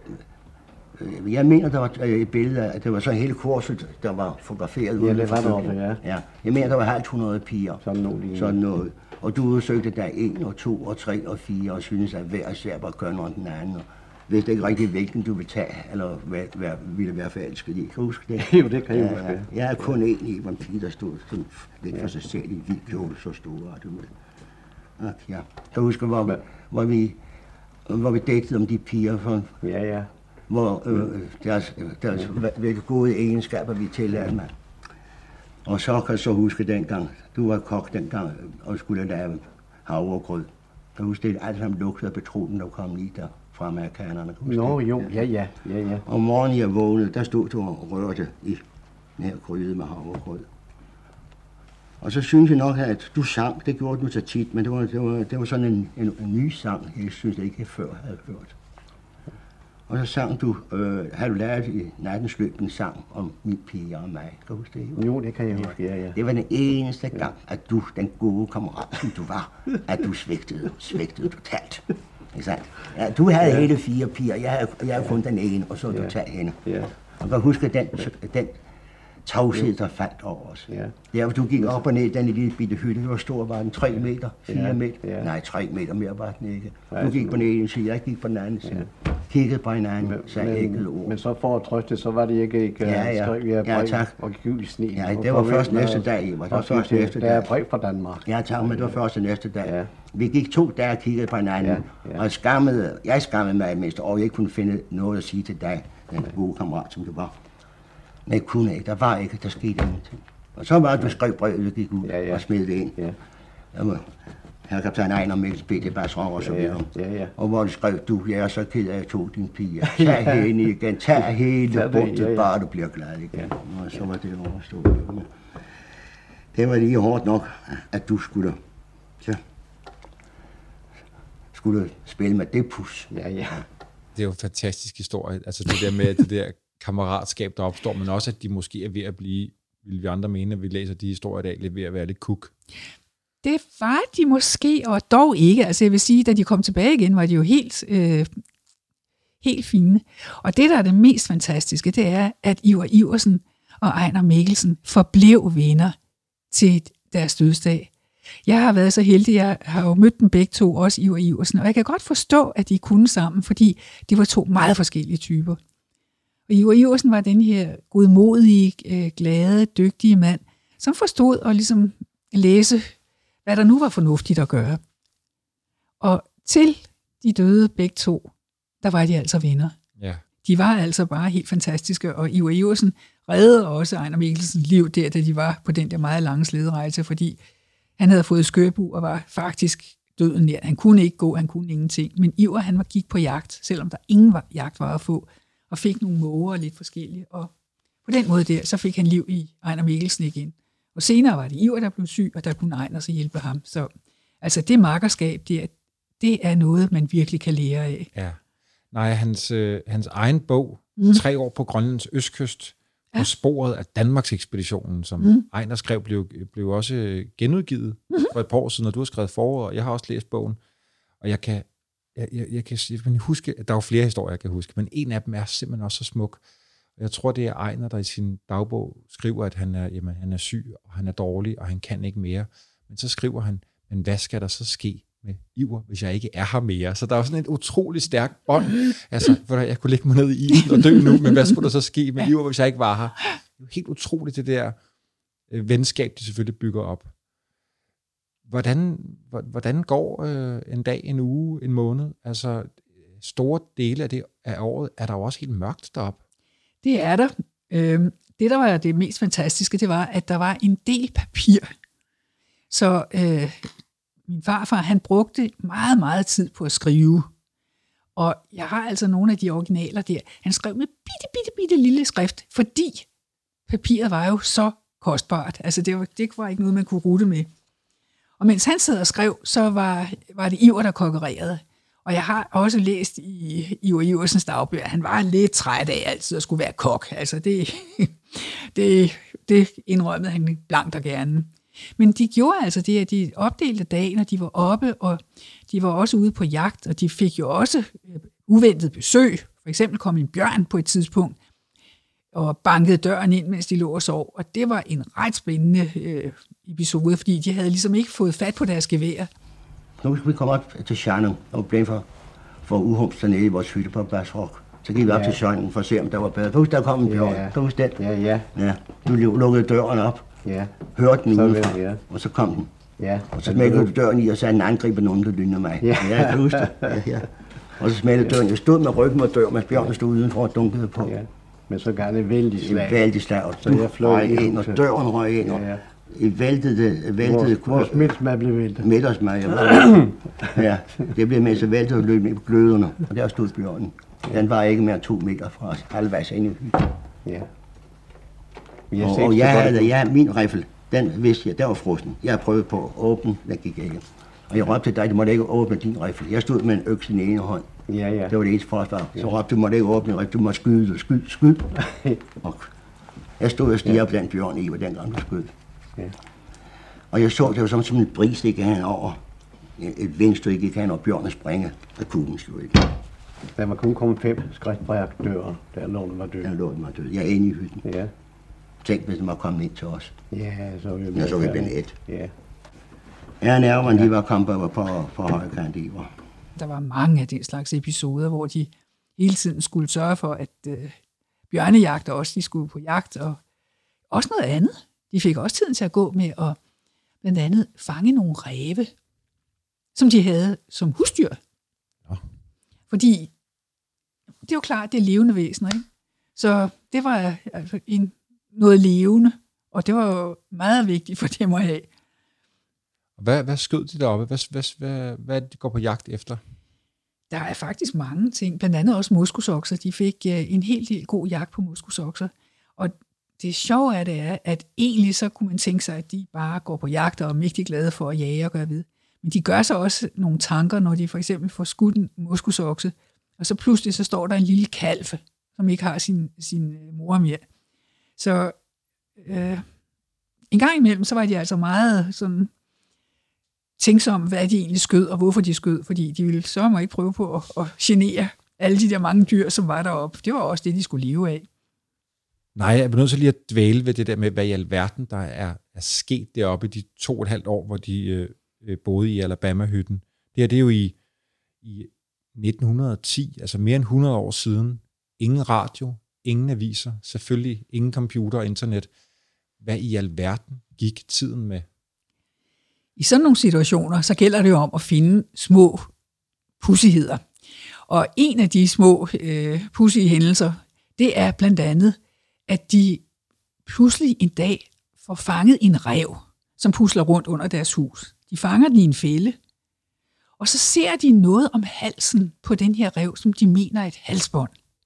jeg mener, der var et billede af, at det var så hele kurset, der var fotograferet. Ja, det var der også, ja. ja. Jeg mener, der var halvt hundrede piger. Sådan noget. Sådan noget. Og du udsøgte der en og to og tre og fire, og synes, at hver især var kønnere end den anden. Og vidste ikke rigtig, hvilken du ville tage, eller hvad, hvad ville være forelsket i. Kan du huske det? Jo, det kan jeg ja, huske. Ja. Jeg er kun en i, hvor en pige, der stod sådan lidt for sig selv i hvid kjole, så store. Du ved. Okay, ja. Kan du huske, hvor, hvor vi... hvor vi dækkede om de piger, for, ja, ja. hvor øh, deres, deres hvilke gode egenskaber vi tilladte mig. Og så kan jeg så huske dengang, du var kok dengang og skulle lave havregrød. Kan du huske det? Alt sammen lugtede af petrolen, der kom lige der fra amerikanerne. Nå, jo, ja, ja, ja, ja. Om morgenen jeg vågnede, der stod du og rørte i den her gryde med havregrød. Og så synes jeg nok, at du sang, det gjorde du så tit, men det var, det var, det var sådan en, en, en ny sang, jeg synes jeg ikke før havde hørt. Og så sang du, øh, har du lært i nattens løb en sang om min pige og mig, kan du huske det? Jo, det kan jeg huske, ja, ja. Det var den eneste gang, at du, den gode kammerat, som du var, at du svigtede, svigtede totalt. Ikke sandt? Ja, du havde ja. hele fire piger, jeg havde, jeg havde kun den ene, og så havde ja. du taget hende. Ja. Og kan huske den, den tavshed, der faldt over os. Ja. Ja, du gik op og ned i den lille bitte hytte. Hvor stor var den? Tre meter? Fire ja. meter? Ja. Nej, tre meter mere var den ikke. Du gik på den ene side, jeg gik på den anden side. Ja. Kiggede på hinanden, sagde ikke ord. Men så for at trøste, så var det ikke ikke ja, ja. skrev jeg brev ja, tak. og gul sne. Ja, det var først næste dag, Iver. Det var først næste dag. Der er brev fra Danmark. Ja, tak, men det var først næste dag. Ja. Vi gik to dage og kiggede på hinanden, ja, ja. og skammede, jeg skammede mig mest over, jeg ikke kunne finde noget at sige til dig, den gode kammerat, som du var. Men jeg kunne ikke, der var ikke, der skete ingenting. Og så var det, du skrev brevet, og gik ud ja, ja. og smed det ind. Ja. Jamen, her kaptajn Ejner Mikkelsen, B D Bass Rock og så videre. Ja, ja, ja. Og hvor du skrev, du, jeg er så ked af, at jeg tog din pige. Tag ja. hende igen, tag hele bundet, ja, ja. bare du bliver glad igen. Ja. Og så var det overstået. Det var lige hårdt nok, at du skulle, så, skulle spille med det pus. Ja, ja. Det er jo en fantastisk historie. Altså det der med det der kammeratskab, der opstår, men også, at de måske er ved at blive, vil vi andre mene, at vi læser de historier i dag, lidt ved at være lidt kuk. Det var de måske, og dog ikke. Altså jeg vil sige, da de kom tilbage igen, var de jo helt, øh, helt fine. Og det, der er det mest fantastiske, det er, at Iver Iversen og Ejner Mikkelsen forblev venner til deres dødsdag. Jeg har været så heldig, jeg har jo mødt dem begge to, også Iver Iversen, og jeg kan godt forstå, at de kunne sammen, fordi de var to meget forskellige typer. Og Iver Iversen var den her godmodige, glade, dygtige mand, som forstod at ligesom læse, hvad der nu var fornuftigt at gøre. Og til de døde begge to, der var de altså venner. Ja. De var altså bare helt fantastiske, og Iver Iversen reddede også Ejnar Mikkelsens liv der, da de var på den der meget lange slæderejse, fordi han havde fået skørbu og var faktisk døden nær. Han kunne ikke gå, han kunne ingenting. Men Iver, han var gik på jagt, selvom der ingen var, jagt var at få, og fik nogle måger og lidt forskellige. Og på den måde der, så fik han liv i Ejnar Mikkelsen igen. Og senere var det Iver, der blev syg, og der kunne Ejnar så hjælpe ham. Så altså det makkerskab, det er, det er noget, man virkelig kan lære af. Ja. Nej, hans, øh, hans egen bog, mm. Tre år på Grønlands østkyst, ja. På sporet af Danmarks ekspeditionen, som mm. Ejnar skrev, blev, blev også genudgivet mm. for et par år siden, og du har skrevet forord, og jeg har også læst bogen, og jeg kan, jeg, jeg, jeg kan, jeg kan huske, der er jo flere historier, jeg kan huske, men en af dem er simpelthen også så smuk. Jeg tror, det er Ejnar, der i sin dagbog skriver, at han er, jamen, han er syg, og han er dårlig, og han kan ikke mere. Men så skriver han, men hvad skal der så ske med Iver, hvis jeg ikke er her mere? Så der er jo sådan et utroligt stærkt bånd. Altså, for jeg kunne lægge mig ned i isen og dø nu, men hvad skulle der så ske med Iver, hvis jeg ikke var her? Det er helt utroligt, det der øh, venskab, de selvfølgelig bygger op. Hvordan, hvordan går øh, en dag, en uge, en måned? Altså, store dele af det af året er der jo også helt mørkt deroppe. Det er der. Øhm, det, der var det mest fantastiske, det var, at der var en del papir. Så øh, min farfar, han brugte meget, meget tid på at skrive. Og jeg har altså nogle af de originaler der. Han skrev med bitte, bitte, bitte lille skrift, fordi papiret var jo så kostbart. Altså det var, det var ikke noget, man kunne rute med. Og mens han sad og skrev, så var, var det Iver, der konkurrerede. Og jeg har også læst i Iver Iversens dagbøger, han var lidt træt af altid at skulle være kok. Altså det, det, det indrømmede han blankt og gerne. Men de gjorde altså det, at de opdelte dagen, og de var oppe, og de var også ude på jagt, og de fik jo også uventet besøg. For eksempel kom en bjørn på et tidspunkt, og bankede døren ind, mens de lå og sov. Og det var en ret spændende øh, episode, fordi de havde ligesom ikke fået fat på deres gevær. Nu skal vi komme op til Sjernung, og blev for, for uhums dernede i vores hytte på Basrock. Så gik vi op ja. til Sjernung for at se, om der var bedre. Husk, der kom en bjørn. Ja. Husk den. Ja, ja. Ja. Du lukkede døren op. Ja. Hørte den så udefra, ja. og så kom den. Ja. Og så smækkede du døren i, og så en angriber nogen, der lyner mig. Ja, ja jeg kan huske det. Ja, ja. Og så smækkede døren. Jeg stod med ryggen mod døren, mens bjørnen stod udenfor og dunkede på. Ja. Men så gav det vældig slag. Det vældig slag, og så jeg fløj ind, og døren røg ind, og ja, ja. I væltede, væltede... Vores midtsmad blev væltet. Middagsmad, ja. Ja, det blev med, så væltede og løb med på gløderne, og der stod bjørnen. Den var ikke mere end to meter fra os, halvvejs ind i hytten. Ja. Og, og jeg havde, ja, min riffel, den vidste jeg, der var frossen. Jeg prøvede på at åbne, den gik ikke. Og jeg råbte til dig, du måtte ikke åbne din riffel. Jeg stod med en økse i den ene hånd. Ja, ja. Det var det eneste forsvar. Så råbte du, måtte ikke åbne din riffel, du måtte skyde, skyde, skyde. Og jeg stod og stirrede på den bjørn i, og den gang du skød. Ja. Og jeg så, det var som, som en bris, det gik han over. Et vindstykke gik han over bjørnen og springe, og kuglen slog ikke. Der var kun kommet fem skridt fra døren, der lå den var død. Der lå den var død. Jeg er inde i hytten. Ja. Tænk, hvis den var kommet ind til os. Ja, så vi ja, så vi blev et. Ja. Ja, nerverne, ja. De var kommet på, på, på højkant i var. Der var mange af den slags episoder, hvor de hele tiden skulle sørge for, at øh, bjørnejagter også, de skulle på jagt, og også noget andet. De fik også tiden til at gå med at blandt andet fange nogle ræve, som de havde som husdyr. Ja. Fordi det er jo klart, det er levende væsener, ikke? Så det var altså en, noget levende, og det var jo meget vigtigt for dem at have. Hvad, hvad skød de deroppe? Hvad, hvad, hvad, hvad de går på jagt efter? Der er faktisk mange ting, blandt andet også moskusokser. De fik uh, en helt, helt god jagt på moskusokser. Og det sjove er det er, at egentlig så kunne man tænke sig, at de bare går på jagt og er mægtig glade for at jage og gøre ved. Men de gør sig også nogle tanker, når de for eksempel får skudt en moskusokse, og så pludselig så står der en lille kalv, som ikke har sin, sin mor mere. Så øh, en gang imellem, så var de altså meget sådan tænksomme, hvad de egentlig skød, og hvorfor de skød, fordi de ville så må ikke prøve på at, at genere alle de der mange dyr, som var deroppe. Det var også det, de skulle leve af. Nej, jeg er nødt til lige at dvæle ved det der med, hvad i alverden der er, er sket deroppe i de to og et halvt år, hvor de øh, boede i Alabama-hytten. Det her, det er jo i, i nitten ti, altså mere end hundrede år siden. Ingen radio, ingen aviser, selvfølgelig ingen computer og internet. Hvad i alverden gik tiden med? I sådan nogle situationer, så gælder det jo om at finde små pudsigheder. Og en af de små øh, pudsige hændelser, det er blandt andet, at de pludselig en dag får fanget en ræv, som pusler rundt under deres hus. De fanger den i en fælde, og så ser de noget om halsen på den her ræv, som de mener er et halsbånd.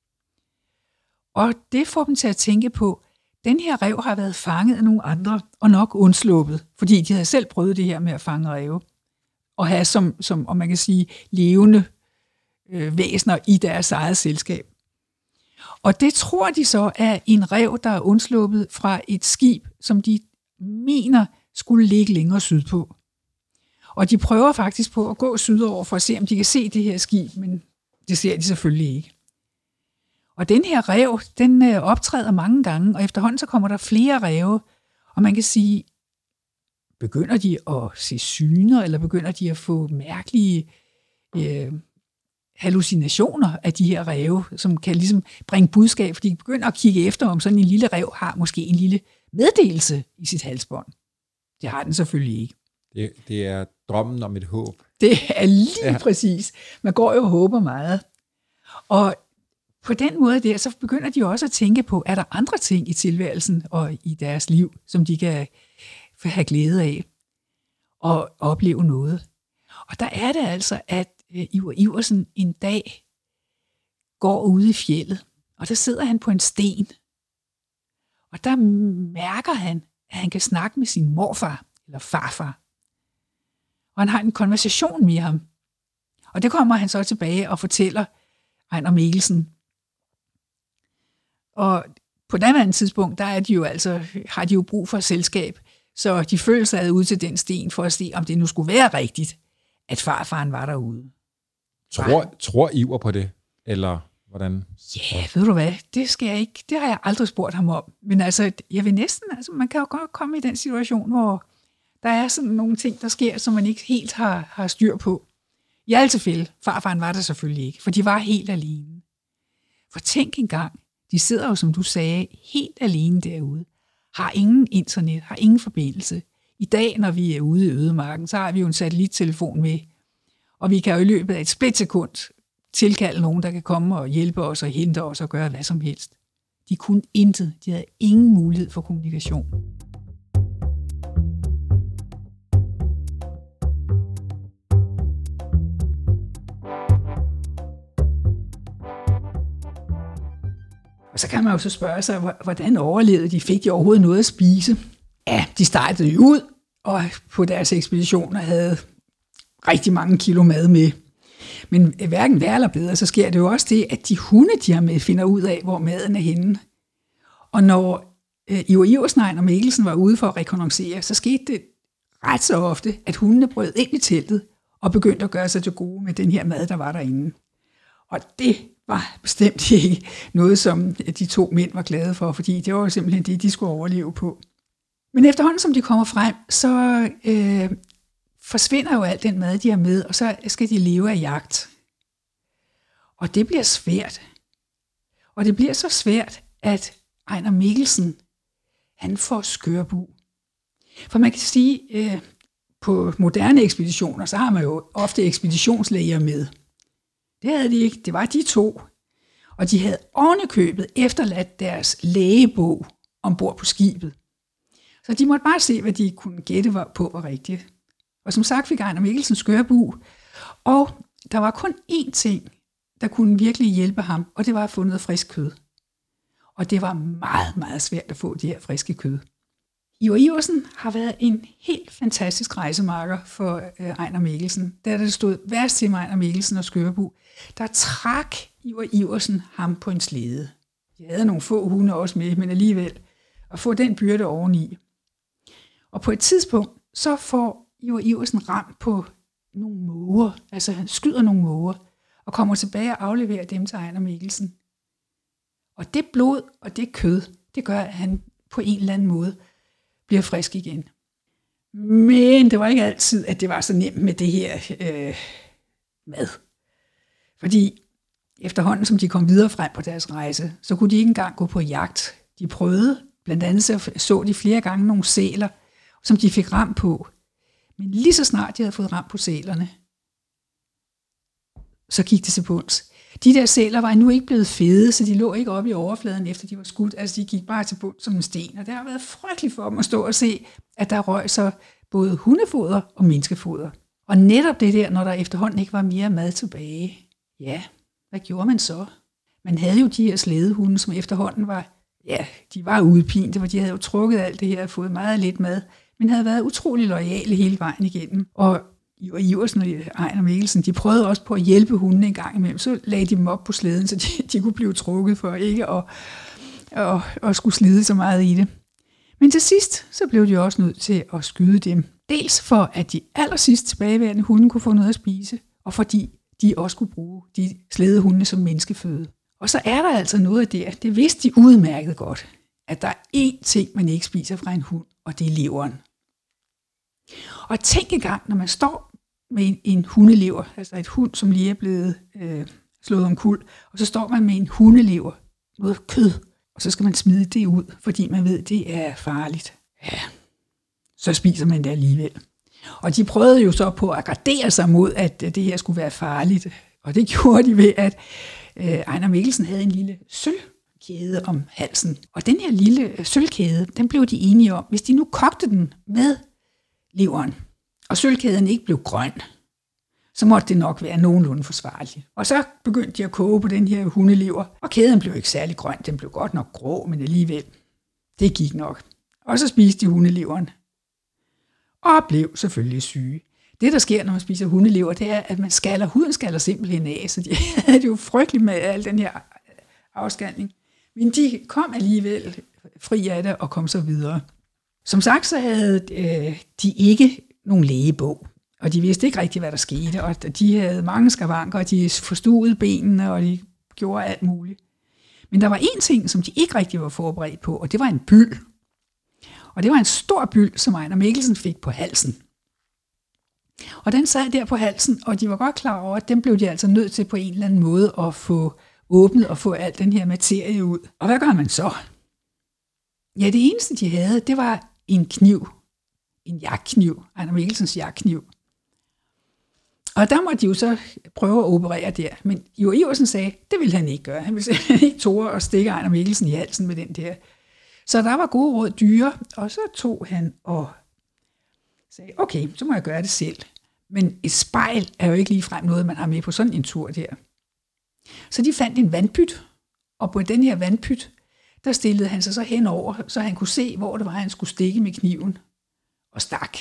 Og det får dem til at tænke på, den her ræv har været fanget af nogle andre, og nok undsluppet, fordi de havde selv prøvet det her med at fange ræve, og have som, som om man kan sige, levende øh, væsener i deres eget selskab. Og det tror de så er en ræv, der er undsluppet fra et skib, som de mener skulle ligge længere sydpå. Og de prøver faktisk på at gå sydover for at se, om de kan se det her skib, men det ser de selvfølgelig ikke. Og den her ræv, den optræder mange gange, og efterhånden så kommer der flere ræve, og man kan sige, begynder de at se syner, eller begynder de at få mærkelige øh, hallucinationer af de her ræve, som kan ligesom bringe budskab, fordi de begynder at kigge efter, om sådan en lille ræv har måske en lille meddelelse i sit halsbånd. Det har den selvfølgelig ikke. Det, det er drømmen om et håb. Det er lige ja. præcis. Man går jo og håber meget. Og på den måde der, så begynder de også at tænke på, er der andre ting i tilværelsen og i deres liv, som de kan have glæde af og opleve noget. Og der er det altså, at Iver Iversen en dag går ude i fjeldet, og der sidder han på en sten. Og der mærker han, at han kan snakke med sin morfar eller farfar. Og han har en konversation med ham. Og det kommer han så tilbage og fortæller Ejnar Mikkelsen. Og på daværende tidspunkt, der er de jo altså, har de jo brug for selskab, så de føler sig ud til den sten for at se, om det nu skulle være rigtigt, at farfaren var derude. Tror, tror Iver på det, eller hvordan? Ja, ved du hvad, det skal jeg ikke, det har jeg aldrig spurgt ham om. Men altså, jeg vil næsten, altså man kan jo godt komme i den situation, hvor der er sådan nogle ting, der sker, som man ikke helt har, har styr på. I alle tilfælde, farfaren var der selvfølgelig ikke, for de var helt alene. For tænk engang, de sidder jo, som du sagde, helt alene derude, har ingen internet, har ingen forbindelse. I dag, når vi er ude i ødemarken, så har vi jo en satellittelefon med, og vi kan jo i løbet af et splitsekund tilkalde nogen, der kan komme og hjælpe os og hente os og gøre hvad som helst. De kunne intet. De havde ingen mulighed for kommunikation. Og så kan man jo så spørge sig, hvordan overlevede de? Fik de overhovedet noget at spise? Ja, de startede jo ud, og på deres ekspeditioner havde rigtig mange kilo mad med. Men hverken værre eller bedre, så sker det jo også det, at de hunde, de har med, finder ud af, hvor maden er henne. Og når øh, Iver Iversen og Mikkelsen var ude for at rekognoscere, så skete det ret så ofte, at hundene brød ind i teltet og begyndte at gøre sig til gode med den her mad, der var derinde. Og det var bestemt ikke noget, som de to mænd var glade for, fordi det var jo simpelthen det, de skulle overleve på. Men efterhånden, som de kommer frem, så øh, forsvinder jo alt den mad, de har med, og så skal de leve af jagt. Og det bliver svært. Og det bliver så svært, at Ejnar Mikkelsen, han får skørbu. For man kan sige, øh, på moderne ekspeditioner, så har man jo ofte ekspeditionslæger med. Det havde de ikke. Det var de to. Og de havde ovenikøbet efterladt deres lægebog ombord på skibet. Så de måtte bare se, hvad de kunne gætte på var rigtigt. Og som sagt fik Ejnar Mikkelsen skørbu. Og der var kun én ting, der kunne virkelig hjælpe ham, og det var at få noget frisk kød. Og det var meget, meget svært at få det her friske kød. Iver Iversen har været en helt fantastisk rejsemarker for Ejnar Mikkelsen. Da det stod værst til med Ejnar Mikkelsen og skørbu, der trak Iver Iversen ham på en slæde. De havde nogle få hunde også med, men alligevel at få den byrde oveni. Og på et tidspunkt, så får Iver Iversen ramt på nogle måger, altså han skyder nogle måger, og kommer tilbage og afleverer dem til Ejnar Mikkelsen. Og det blod og det kød, Det gør, at han på en eller anden måde bliver frisk igen. Men det var ikke altid, at det var så nemt med det her øh, mad. Fordi efterhånden, som de kom videre frem på deres rejse, så kunne de ikke engang gå på jagt. De prøvede, blandt andet så, så de flere gange nogle sæler, som de fik ram på. Men lige så snart de havde fået ram på sælerne, så gik det til bunds. De der sæler var endnu ikke blevet fede, så de lå ikke oppe i overfladen, efter de var skudt. Altså, de gik bare til bunds som en sten, og det har været frygteligt for dem at stå og se, at der røg så både hundefoder og menneskefoder. Og netop det der, når der efterhånden ikke var mere mad tilbage, ja, hvad gjorde man så? Man havde jo de her slædehunde, som efterhånden var, ja, de var udpinte, for de havde jo trukket alt det her og fået meget lidt mad, men havde været utrolig loyale hele vejen igennem. Og Ivar Iversen og Ejner Mikkelsen, de prøvede også på at hjælpe hundene en gang imellem. Så lagde de dem op på slæden, så de, de kunne blive trukket for ikke at, at, at skulle slide så meget i det. Men til sidst, så blev de også nødt til at skyde dem. Dels for, at de allersidst tilbageværende hunde kunne få noget at spise, og fordi de også kunne bruge de slædehunde som menneskeføde. Og så er der altså noget der, det vidste de udmærket godt, at der er én ting, man ikke spiser fra en hund, og det er leveren. Og tænk engang, når man står med en, en hundelever, altså et hund, som lige er blevet øh, slået omkuld, og så står man med en hundelever, noget kød, og så skal man smide det ud, fordi man ved, det er farligt. Ja, så spiser man det alligevel. Og de prøvede jo så på at gardere sig mod, at det her skulle være farligt. Og det gjorde de ved, at øh, Ejner Mikkelsen havde en lille sølvkæde om halsen. Og den her lille sølvkæde, den blev de enige om, hvis de nu kogte den med leveren, og sølvkæden ikke blev grøn, så måtte det nok være nogenlunde forsvarligt. Og så begyndte de at koge på den her hundelever, og kæden blev ikke særlig grøn, den blev godt nok grå, men alligevel, det gik nok. Og så spiste de hundeleveren, og blev selvfølgelig syge. Det, der sker, når man spiser hundelever, det er, at man skaller, huden skaller simpelthen af, så de havde det jo frygteligt med al den her afskalning. Men de kom alligevel fri af det og kom så videre. Som sagt, så havde øh, de ikke nogen lægebog, og de vidste ikke rigtigt, hvad der skete, og de havde mange skavanker, og de forstuede benene, og de gjorde alt muligt. Men der var en ting, som de ikke rigtig var forberedt på, og det var en byld. Og det var en stor byld, som Ejner Mikkelsen fik på halsen. Og den sad der på halsen, og de var godt klar over, at den blev de altså nødt til på en eller anden måde at få åbnet og få al den her materie ud. Og hvad gør man så? Ja, det eneste, de havde, det var en kniv. En jagtkniv. Ejner Mikkelsens jagtkniv. Og der måtte de jo så prøve at operere der. Men Jo Iversen sagde, det ville han ikke gøre. Han ville simpelthen ikke tåre at stikke Ejner Mikkelsen i halsen med den der. Så der var gode råd dyre, og så tog han og sagde, okay, så må jeg gøre det selv. Men et spejl er jo ikke ligefrem noget, man har med på sådan en tur der. Så de fandt en vandpyt, og på den her vandpyt, der stillede han sig så henover, så han kunne se, hvor det var, han skulle stikke med kniven, og stak.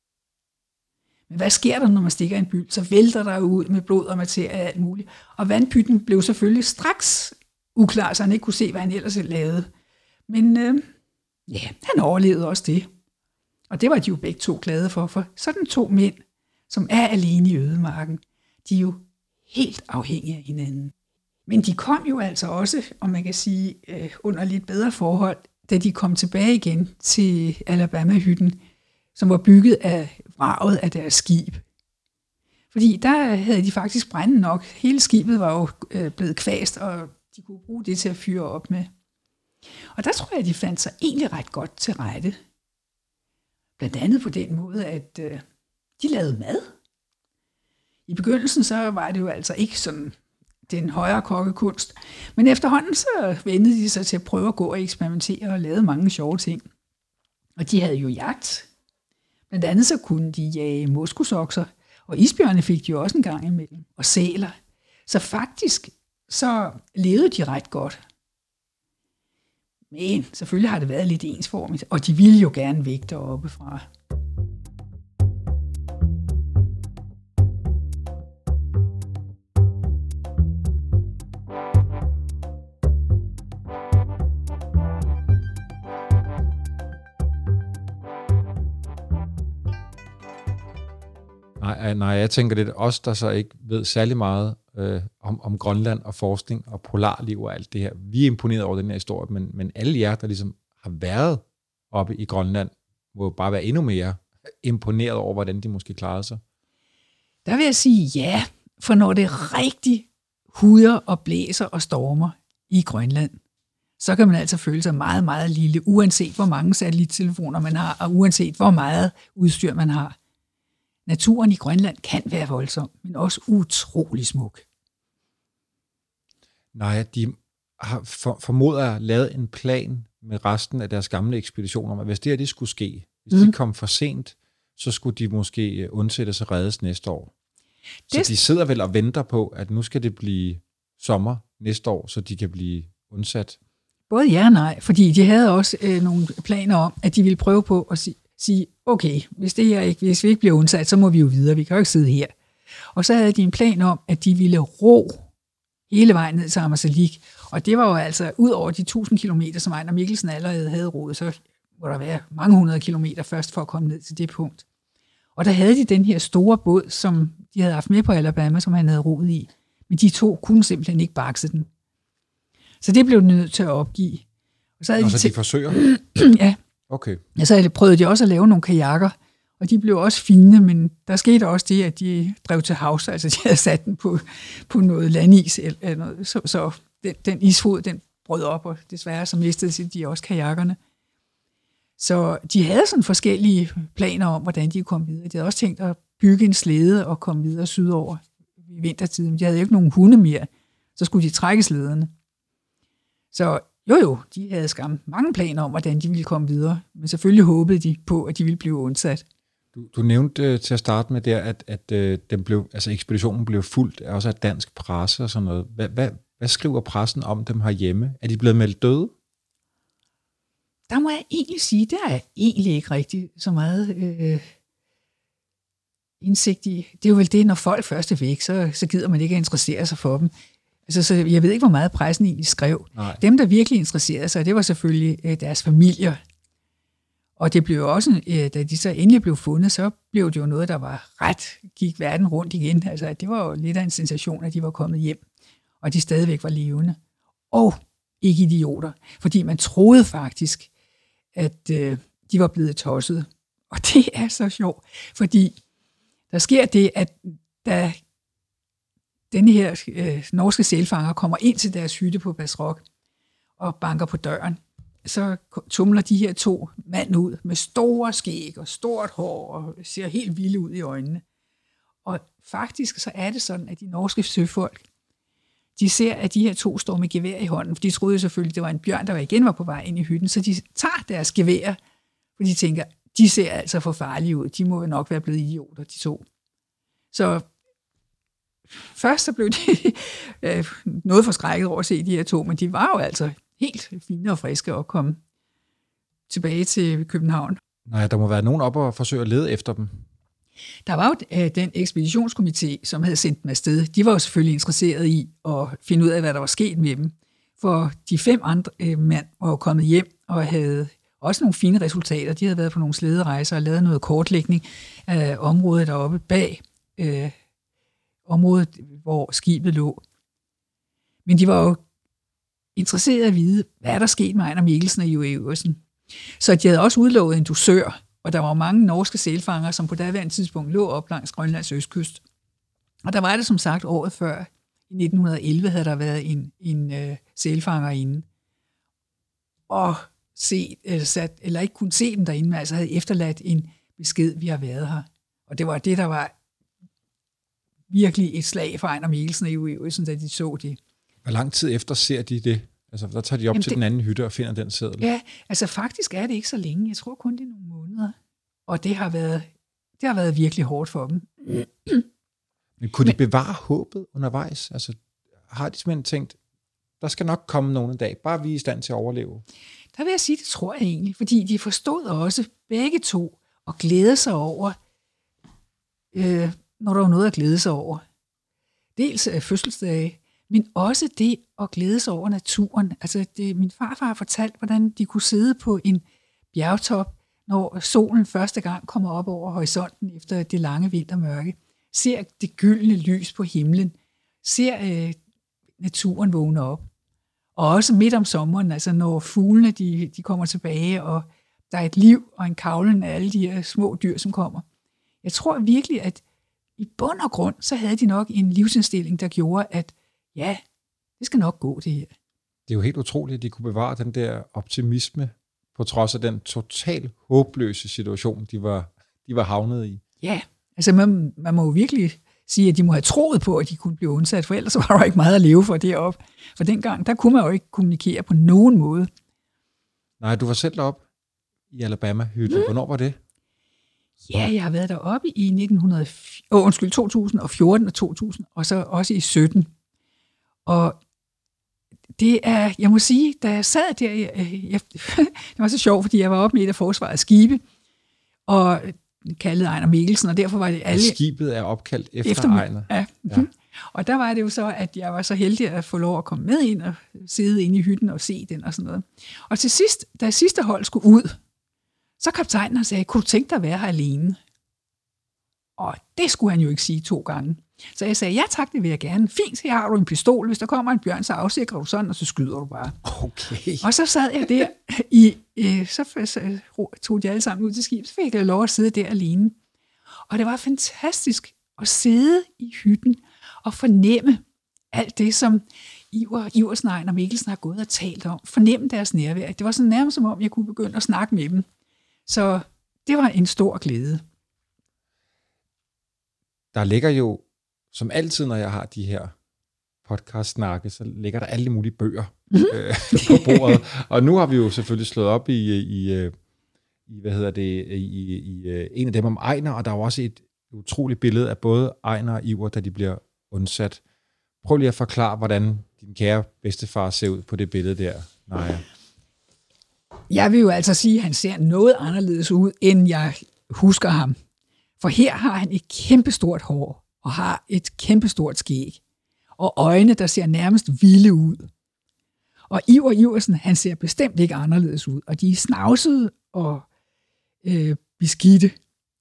Men hvad sker der, når man stikker en byld? Så vælter der ud med blod og materie og alt muligt. Og vandpytten blev selvfølgelig straks uklar, så han ikke kunne se, hvad han ellers lavede. Men øh, ja, han overlevede også det. Og det var de jo begge to glade for, for sådan to mænd, som er alene i ødemarken, de er jo helt afhængige af hinanden. Men de kom jo altså også, om man kan sige, øh, under lidt bedre forhold, da de kom tilbage igen til Alabama-hytten, som var bygget af vraget af deres skib. Fordi der havde de faktisk brændt nok. Hele skibet var jo øh, blevet kvast, og de kunne bruge det til at fyre op med. Og der tror jeg, de fandt sig egentlig ret godt til rette. Blandt andet på den måde, at øh, de lavede mad. I begyndelsen så var det jo altså ikke sådan den højere kokkekunst, men efterhånden så vendte de sig til at prøve at gå og eksperimentere og lavede mange sjove ting. Og de havde jo jagt. Blandt andet så kunne de jage moskusokser, og isbjørne fik de jo også en gang imellem, og sæler. Så faktisk så levede de ret godt. Men selvfølgelig har det været lidt ensformigt, og de ville jo gerne væk deroppe fra. Nej, nej, jeg tænker lidt, os der så ikke ved særlig meget øh, om, om Grønland og forskning og polarliv og alt det her. Vi er imponeret over den her historie, men, men alle jer, der ligesom har været oppe i Grønland, må bare være endnu mere imponeret over, hvordan de måske klarede sig. Der vil jeg sige ja, for når det rigtig huder og blæser og stormer i Grønland, så kan man altså føle sig meget, meget lille, uanset hvor mange satellittelefoner man har, og uanset hvor meget udstyr man har. Naturen i Grønland kan være voldsom, men også utrolig smuk. Nej, de har for, formoder lavet en plan med resten af deres gamle ekspeditioner, om hvis det her det skulle ske, hvis mm. de kom for sent, så skulle de måske undsættes og reddes næste år. Så det... de sidder vel og venter på, at nu skal det blive sommer næste år, så de kan blive undsat. Både ja og nej, fordi de havde også øh, nogle planer om, at de ville prøve på at sige, sige okay, hvis, det her ikke, hvis vi ikke bliver undsat, så må vi jo videre, vi kan jo ikke sidde her. Og så havde de en plan om, at de ville ro hele vejen ned til Ammassalik, og det var jo altså ud over de tusind kilometer, som Ejner Mikkelsen allerede havde roet, så må der være mange hundrede kilometer først for at komme ned til det punkt. Og der havde de den her store båd, som de havde haft med på Alabama, som han havde roet i, men de to kunne simpelthen ikke bakse den. Så det blev de nødt til at opgive. Og så, havde Nå, de, så de forsøger? Ja. Okay. Ja, så prøvede de også at lave nogle kajakker, og de blev også fine, men der skete også det, at de drev til havs, altså de havde sat den på, på noget landis, eller noget, så, så den, den isfod, den brød op, og desværre så mistede de også kajakkerne. Så de havde sådan forskellige planer om, hvordan de kom videre. De havde også tænkt at bygge en slæde og komme videre sydover i vintertiden. De havde jo ikke nogen hunde mere, så skulle de trække slæderne. Så jo jo, de havde skam mange planer om, hvordan de ville komme videre, men selvfølgelig håbede de på, at de ville blive undsat. Du, du nævnte uh, til at starte med der, at, at uh, den blev, altså ekspeditionen blev fuldt også af dansk presse og sådan noget. Hvad, hvad, hvad skriver pressen om dem herhjemme? Er de blevet meldt døde? Der må jeg egentlig sige, der er egentlig ikke rigtig så meget øh, indsigt i. Det er jo vel det, når folk først er væk, så, så gider man ikke at interessere sig for dem. Altså, så jeg ved ikke, hvor meget pressen egentlig skrev. Nej. Dem, der virkelig interesserede sig, det var selvfølgelig øh, deres familier. Og det blev også, øh, da de så endelig blev fundet, så blev det jo noget, der var ret, gik verden rundt igen. Altså, det var jo lidt af en sensation, at de var kommet hjem, og de stadigvæk var levende. Og ikke idioter, fordi man troede faktisk, at øh, de var blevet tosset. Og det er så sjovt, fordi der sker det, at da denne her øh, norske sælfanger kommer ind til deres hytte på Basrock og banker på døren, så tumler de her to mand ud med store skæg og stort hår og ser helt vilde ud i øjnene. Og faktisk så er det sådan, at de norske søfolk, de ser, at de her to står med gevær i hånden, for de troede selvfølgelig, det var en bjørn, der igen var på vej ind i hytten, så de tager deres gevær, for de tænker, de ser altså for farlige ud, de må jo nok være blevet idioter, de to. Så først så blev de øh, noget forskrækket over at se de her to, men de var jo altså helt fine og friske at komme tilbage til København. Nej, der må være nogen op og forsøge at lede efter dem. Der var jo øh, den ekspeditionskomité, som havde sendt dem afsted. De var jo selvfølgelig interesserede i at finde ud af, hvad der var sket med dem. For de fem andre øh, mænd var jo kommet hjem og havde også nogle fine resultater. De havde været på nogle slæderejser og lavet noget kortlægning af området deroppe bag øh, området, hvor skibet lå. Men de var jo interesserede at vide, hvad der skete med Ejner Mikkelsen og J O Iversen. Så de havde også udlovet en dusør, og der var mange norske sælfangere, som på daværende tidspunkt lå op langs Grønlands østkyst. Og der var det som sagt året før, i nitten elleve, havde der været en, en øh, sælfanger inde. Og set, eller, sat, eller ikke kunne se dem derinde, men altså havde efterladt en besked, vi har været her. Og det var det, der var virkelig et slag for Ejner Mikkelsen og J O Iversen, da de så det. Hvor lang tid efter ser de det? Altså, der tager de op Jamen til det, den anden hytte og finder den seddel. Ja, altså faktisk er det ikke så længe. Jeg tror kun, det er nogle måneder. Og det har været, det har været virkelig hårdt for dem. Men kunne de bevare håbet undervejs? Altså, har de simpelthen tænkt, der skal nok komme nogen en dag, bare vi er i stand til at overleve? Der vil jeg sige, det tror jeg egentlig, fordi de forstod også begge to og glæde sig over, øh, når der var noget at glæde sig over. Dels øh, fødselsdage, men også det at glæde sig over naturen. Altså, det, min farfar har fortalt, hvordan de kunne sidde på en bjergtop, når solen første gang kommer op over horisonten efter det lange vintermørke, ser det gyldne lys på himlen, ser øh, naturen vågne op. Og også midt om sommeren, altså når fuglene de, de kommer tilbage, og der er et liv og en kavlen af alle de her små dyr, som kommer. Jeg tror virkelig, at i bund og grund, så havde de nok en livsindstilling, der gjorde, at ja, det skal nok gå det her. Det er jo helt utroligt, at de kunne bevare den der optimisme, på trods af den totalt håbløse situation, de var, de var havnet i. Ja, altså man, man må jo virkelig sige, at de må have troet på, at de kunne blive undsat, for ellers var der ikke meget at leve for deroppe. For dengang, der kunne man jo ikke kommunikere på nogen måde. Nej, du var selv deroppe i Alabama-hytten. Mm. Hvornår var det? Ja, jeg har været deroppe i nitten hundrede, oh, undskyld, to tusind og fjorten og to tusind, og så også i sytten. Og det er, jeg må sige, da jeg sad der, jeg, jeg, det var så sjovt, fordi jeg var oppe med et af forsvarets skibe, og kaldet Ejner Mikkelsen, og derfor var det alle... Skibet er opkaldt efter, efter Ejner. Ja. ja. Og der var det jo så, at jeg var så heldig at få lov at komme med ind og sidde inde i hytten og se den og sådan noget. Og til sidst, da sidste hold skulle ud, så kaptajnen han sagde, kunne du tænke dig at være her alene? Og det skulle han jo ikke sige to gange. Så jeg sagde, ja tak, det vil jeg gerne. Fint, her har du en pistol. Hvis der kommer en bjørn, så afsikrer du sådan, og så skyder du bare. Okay. Og så sad jeg der, i, øh, så, så tog de alle sammen ud til skib, så fik jeg lov at sidde der alene. Og det var fantastisk at sidde i hytten og fornemme alt det, som Iver, Iversen, Ejner Mikkelsen har gået og talt om. Fornemme deres nærvær. Det var sådan nærmest som om, jeg kunne begynde at snakke med dem. Så det var en stor glæde. Der ligger jo, som altid, når jeg har de her podcast-snakke, så ligger der alle mulige bøger mm-hmm. øh, på bordet. Og nu har vi jo selvfølgelig slået op i, i, i hvad hedder det, i, i en af dem om Ejner, og der er jo også et utroligt billede af både Ejner og Iver, da de bliver undsat. Prøv lige at forklare, hvordan din kære bedstefar ser ud på det billede der, Naja. Jeg vil jo altså sige, at han ser noget anderledes ud, end jeg husker ham. For her har han et kæmpestort hår, og har et kæmpestort skæg, og øjne, der ser nærmest vilde ud. Og Iver Iversen, han ser bestemt ikke anderledes ud, og de er snavsede og øh, beskidte.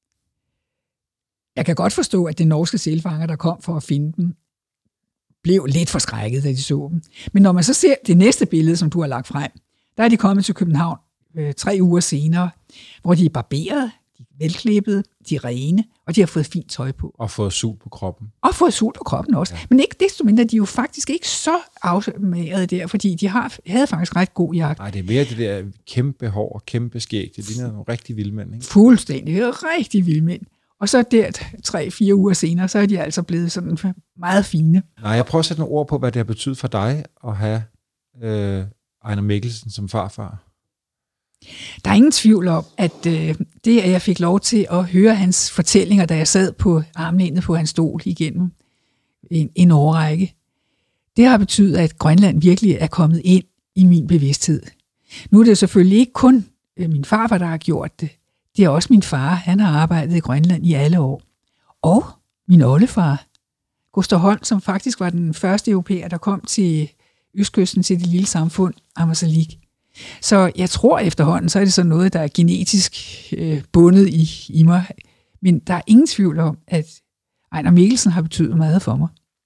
Jeg kan godt forstå, at det norske sælfanger, der kom for at finde dem, blev lidt forskrækket, da de så dem. Men når man så ser det næste billede, som du har lagt frem, der er de kommet til København øh, tre uger senere, hvor de er barberet, de er velklippet, de er rene, og de har fået fint tøj på. Og fået sul på kroppen. Og fået sul på kroppen også. Ja. Men ikke desto mindre, de er jo faktisk ikke så afmagrede der, fordi de har, havde faktisk ret god jagt. Nej, det er mere det der kæmpe hår og kæmpe skæg. Det ligner nogle rigtig vildmænd, ikke? Fuldstændig. Det er rigtig vildmænd. Og så der tre-fire uger senere, så er de altså blevet sådan meget fine. Nej, jeg prøver at sætte nogle ord på, hvad det har betydet for dig at have øh, Ejner Mikkelsen som farfar. Der er ingen tvivl om, at øh, det, at jeg fik lov til at høre hans fortællinger, da jeg sad på armlænet på hans stol igennem en, en årrække, det har betydet, at Grønland virkelig er kommet ind i min bevidsthed. Nu er det selvfølgelig ikke kun øh, min farfar, der har gjort det. Det er også min far. Han har arbejdet i Grønland i alle år. Og min oldefar, Gustav Holm, som faktisk var den første europæer, der kom til østkysten til det lille samfund, Ammassalik. Så jeg tror efterhånden, så er det sådan noget, der er genetisk øh, bundet i, i mig. Men der er ingen tvivl om, at Ejner Mikkelsen har betydet meget for mig.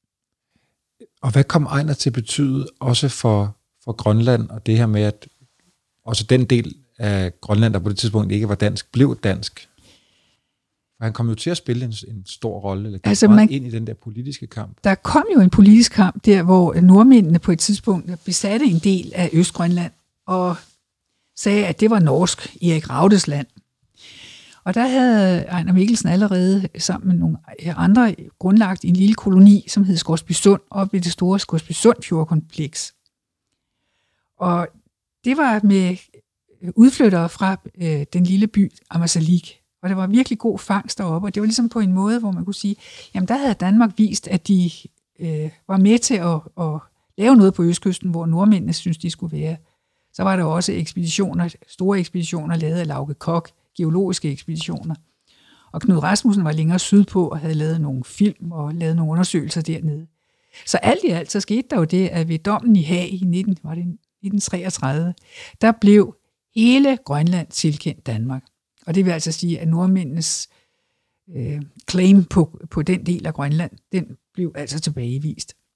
Og hvad kom Ejner til at betyde også for, for Grønland, og det her med, at også den del af Grønland, der på det tidspunkt ikke var dansk, blev dansk? For han kom jo til at spille en, en stor rolle, eller altså man, ind i den der politiske kamp. Der kom jo en politisk kamp der, hvor nordmændene på et tidspunkt besatte en del af Østgrønland, og sagde, at det var norsk Erik Raudes land. Og der havde Ejner Mikkelsen allerede sammen med nogle andre grundlagt en lille koloni, som hed Scoresbysund, oppe i det store Scoresbysund fjordkompleks. Og det var med udflyttere fra øh, den lille by Ammassalik. Og det var virkelig god fangst deroppe, og det var ligesom på en måde, hvor man kunne sige, jamen der havde Danmark vist, at de øh, var med til at, at lave noget på østkysten, hvor nordmændene synes de skulle være. Så var der også ekspeditioner, store ekspeditioner lavet af Lauke Koch, geologiske ekspeditioner. Og Knud Rasmussen var længere sydpå og havde lavet nogle film og lavet nogle undersøgelser dernede. Så alt i alt, så skete der jo det, at ved dommen i Haag i nitten, var det nitten treogtredive, der blev hele Grønland tilkendt Danmark. Og det vil altså sige, at nordmændenes øh, claim på, på den del af Grønland, den blev altså tilbagevist.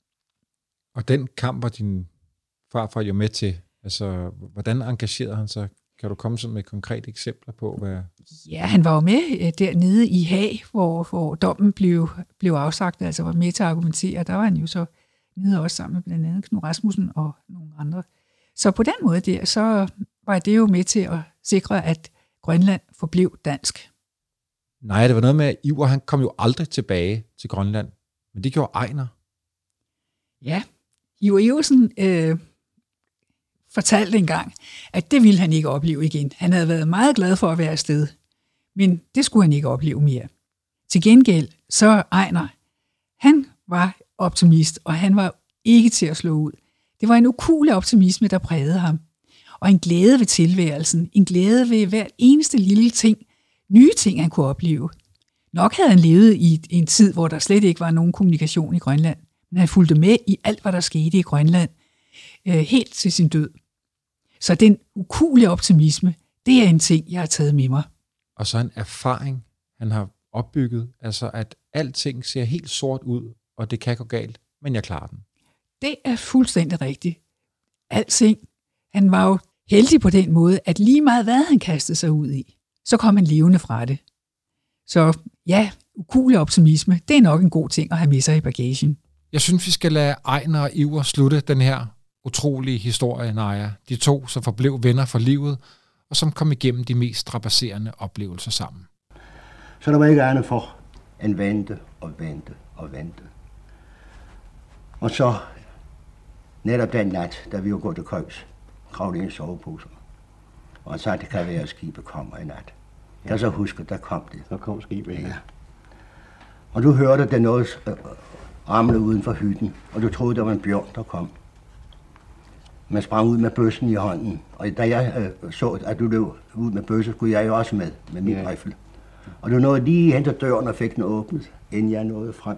Og den kamp var din farfar jo med til. Altså, hvordan engagerede han sig? Kan du komme sådan med konkrete eksempler på, hvad... Ja, han var jo med dernede i Haag, hvor, hvor dommen blev, blev afsagt, altså var med til at argumentere. Der var han jo så nede også sammen med blandt andet Knud Rasmussen og nogle andre. Så på den måde der, så var det jo med til at sikre, at Grønland forblev dansk. Nej, det var noget med, at Iver, han kom jo aldrig tilbage til Grønland, men det gjorde Ejner. Ja, Iver Iversen øh, fortalte engang, at det ville han ikke opleve igen. Han havde været meget glad for at være afsted, men det skulle han ikke opleve mere. Til gengæld, så Ejner, han var optimist, og han var ikke til at slå ud. Det var en ukuelig optimisme, der prægede ham. Og en glæde ved tilværelsen, en glæde ved hver eneste lille ting, nye ting, han kunne opleve. Nok havde han levet i en tid, hvor der slet ikke var nogen kommunikation i Grønland, men han fulgte med i alt, hvad der skete i Grønland, øh, helt til sin død. Så den ukulige optimisme, det er en ting, jeg har taget med mig. Og så en erfaring, han har opbygget, altså at alting ser helt sort ud, og det kan gå galt, men jeg klarer den. Det er fuldstændig rigtigt. Alting. Han var jo heldig på den måde, at lige meget hvad han kastede sig ud i, så kom han levende fra det. Så ja, ukulig optimisme, det er nok en god ting at have med sig i bagagen. Jeg synes, vi skal lade Ejner og Iver slutte den her utrolige historie, Naja. De to, som forblev venner for livet, og som kom igennem de mest strabasserende oplevelser sammen. Så der var ikke andet for end vente og vente og vente. Og så netop den nat, da vi var gået til køjs, kravlede ind i soveposen, og så det kan være, at skibet kommer i nat. Ja. Jeg så husker, der kom det. Så kom skibet, ja. Ja. Og du hørte, det noget øh, ramle uden for hytten, og du troede, der var en bjørn, der kom. Man sprang ud med bøssen i hånden, og da jeg øh, så, at du løb ud med bøssen, skulle jeg jo også med, med min ja. rifle. Og du nåede lige hen til døren og fik den åbnet, inden jeg nåede frem.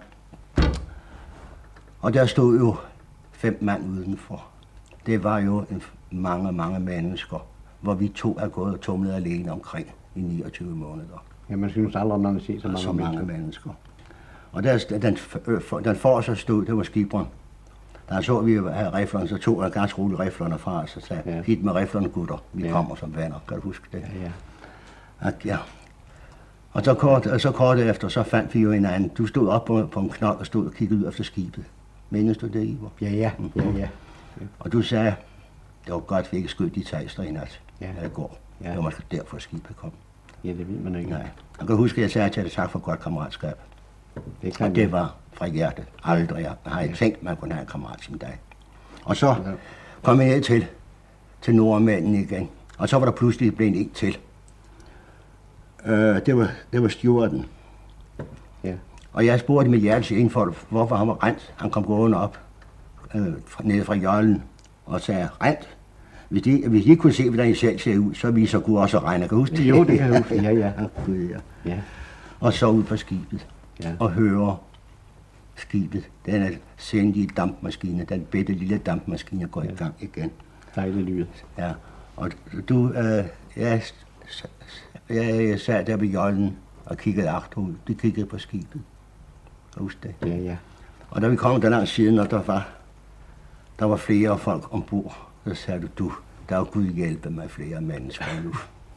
Og der stod jo fem mand udenfor. Det var jo en, mange, mange mennesker, hvor vi to er gået og tumlet alene omkring i niogtyve måneder. Ja, man synes aldrig, når man ser så mange, så mange mennesker. mennesker. Og der, den, den forreste stod, det var skiberen. Der så vi havde riflerne, så tog jeg ganske roligt riflerne fra os og sagde, ja. Hit med riflerne, gutter, vi ja. kommer som venner. Kan du huske det? Ja, ja. At, ja. Og så kort, så kort efter, så fandt vi jo en anden. Du stod op på, på en knold og stod og kiggede ud efter skibet. Mindes du det, Iver? Ja, ja. ja, ja. ja. Og du sagde, det var godt, vi ikke skød de taster i nat. Ja. Det går. Ja. Det var måske derfor, skibet kom. Ja, det ved man ikke. Nej. Jeg kan huske, at jeg sagde til dig tak for godt kammeratskab. Det kan og det var fra hjertet. Aldrig jeg har jeg tænkt, man kunne have en kammerat som dig. Og så kom jeg ned til, til nordmænden igen. Og så var der pludselig blevet en til. Uh, det var, det var stewarden. Ja. Og jeg spurgte med hjertet ind for, hvorfor han var rent. Han kom gående op uh, nede fra jollen og sagde, rent. Hvis de, hvis de kunne se, hvordan I selv ser ud, så viser Gud også regne. Kan du huske det? Jo, det kan jeg huske. Ja, ja. Gud, ja. ja. Og så ud på skibet. Ja. Og høre skibet. Den er sindige dampmaskine. Den bitte lille dampmaskine går ja. i gang igen. Dejlig lyd. Ja. Og du, øh, jeg, jeg, jeg sad der ved jollen og kiggede agterud. De kiggede på skibet. Husk det. Ja, ja. Og da vi kom der langs siden, og der var, der var flere folk ombord, så sagde du, du, der er Gud hjælpe mig flere mennesker nu.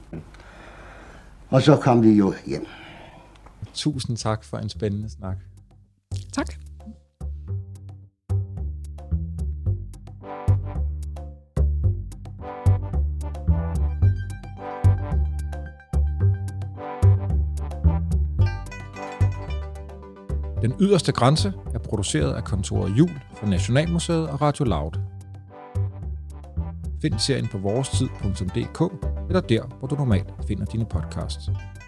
Og så kom vi jo hjem. Tusind tak for en spændende snak. Tak. Den yderste grænse er produceret af kontoret Jul for Nationalmuseet og Radio Loud. Find serien på vorestid punktum d k eller der, hvor du normalt finder dine podcasts.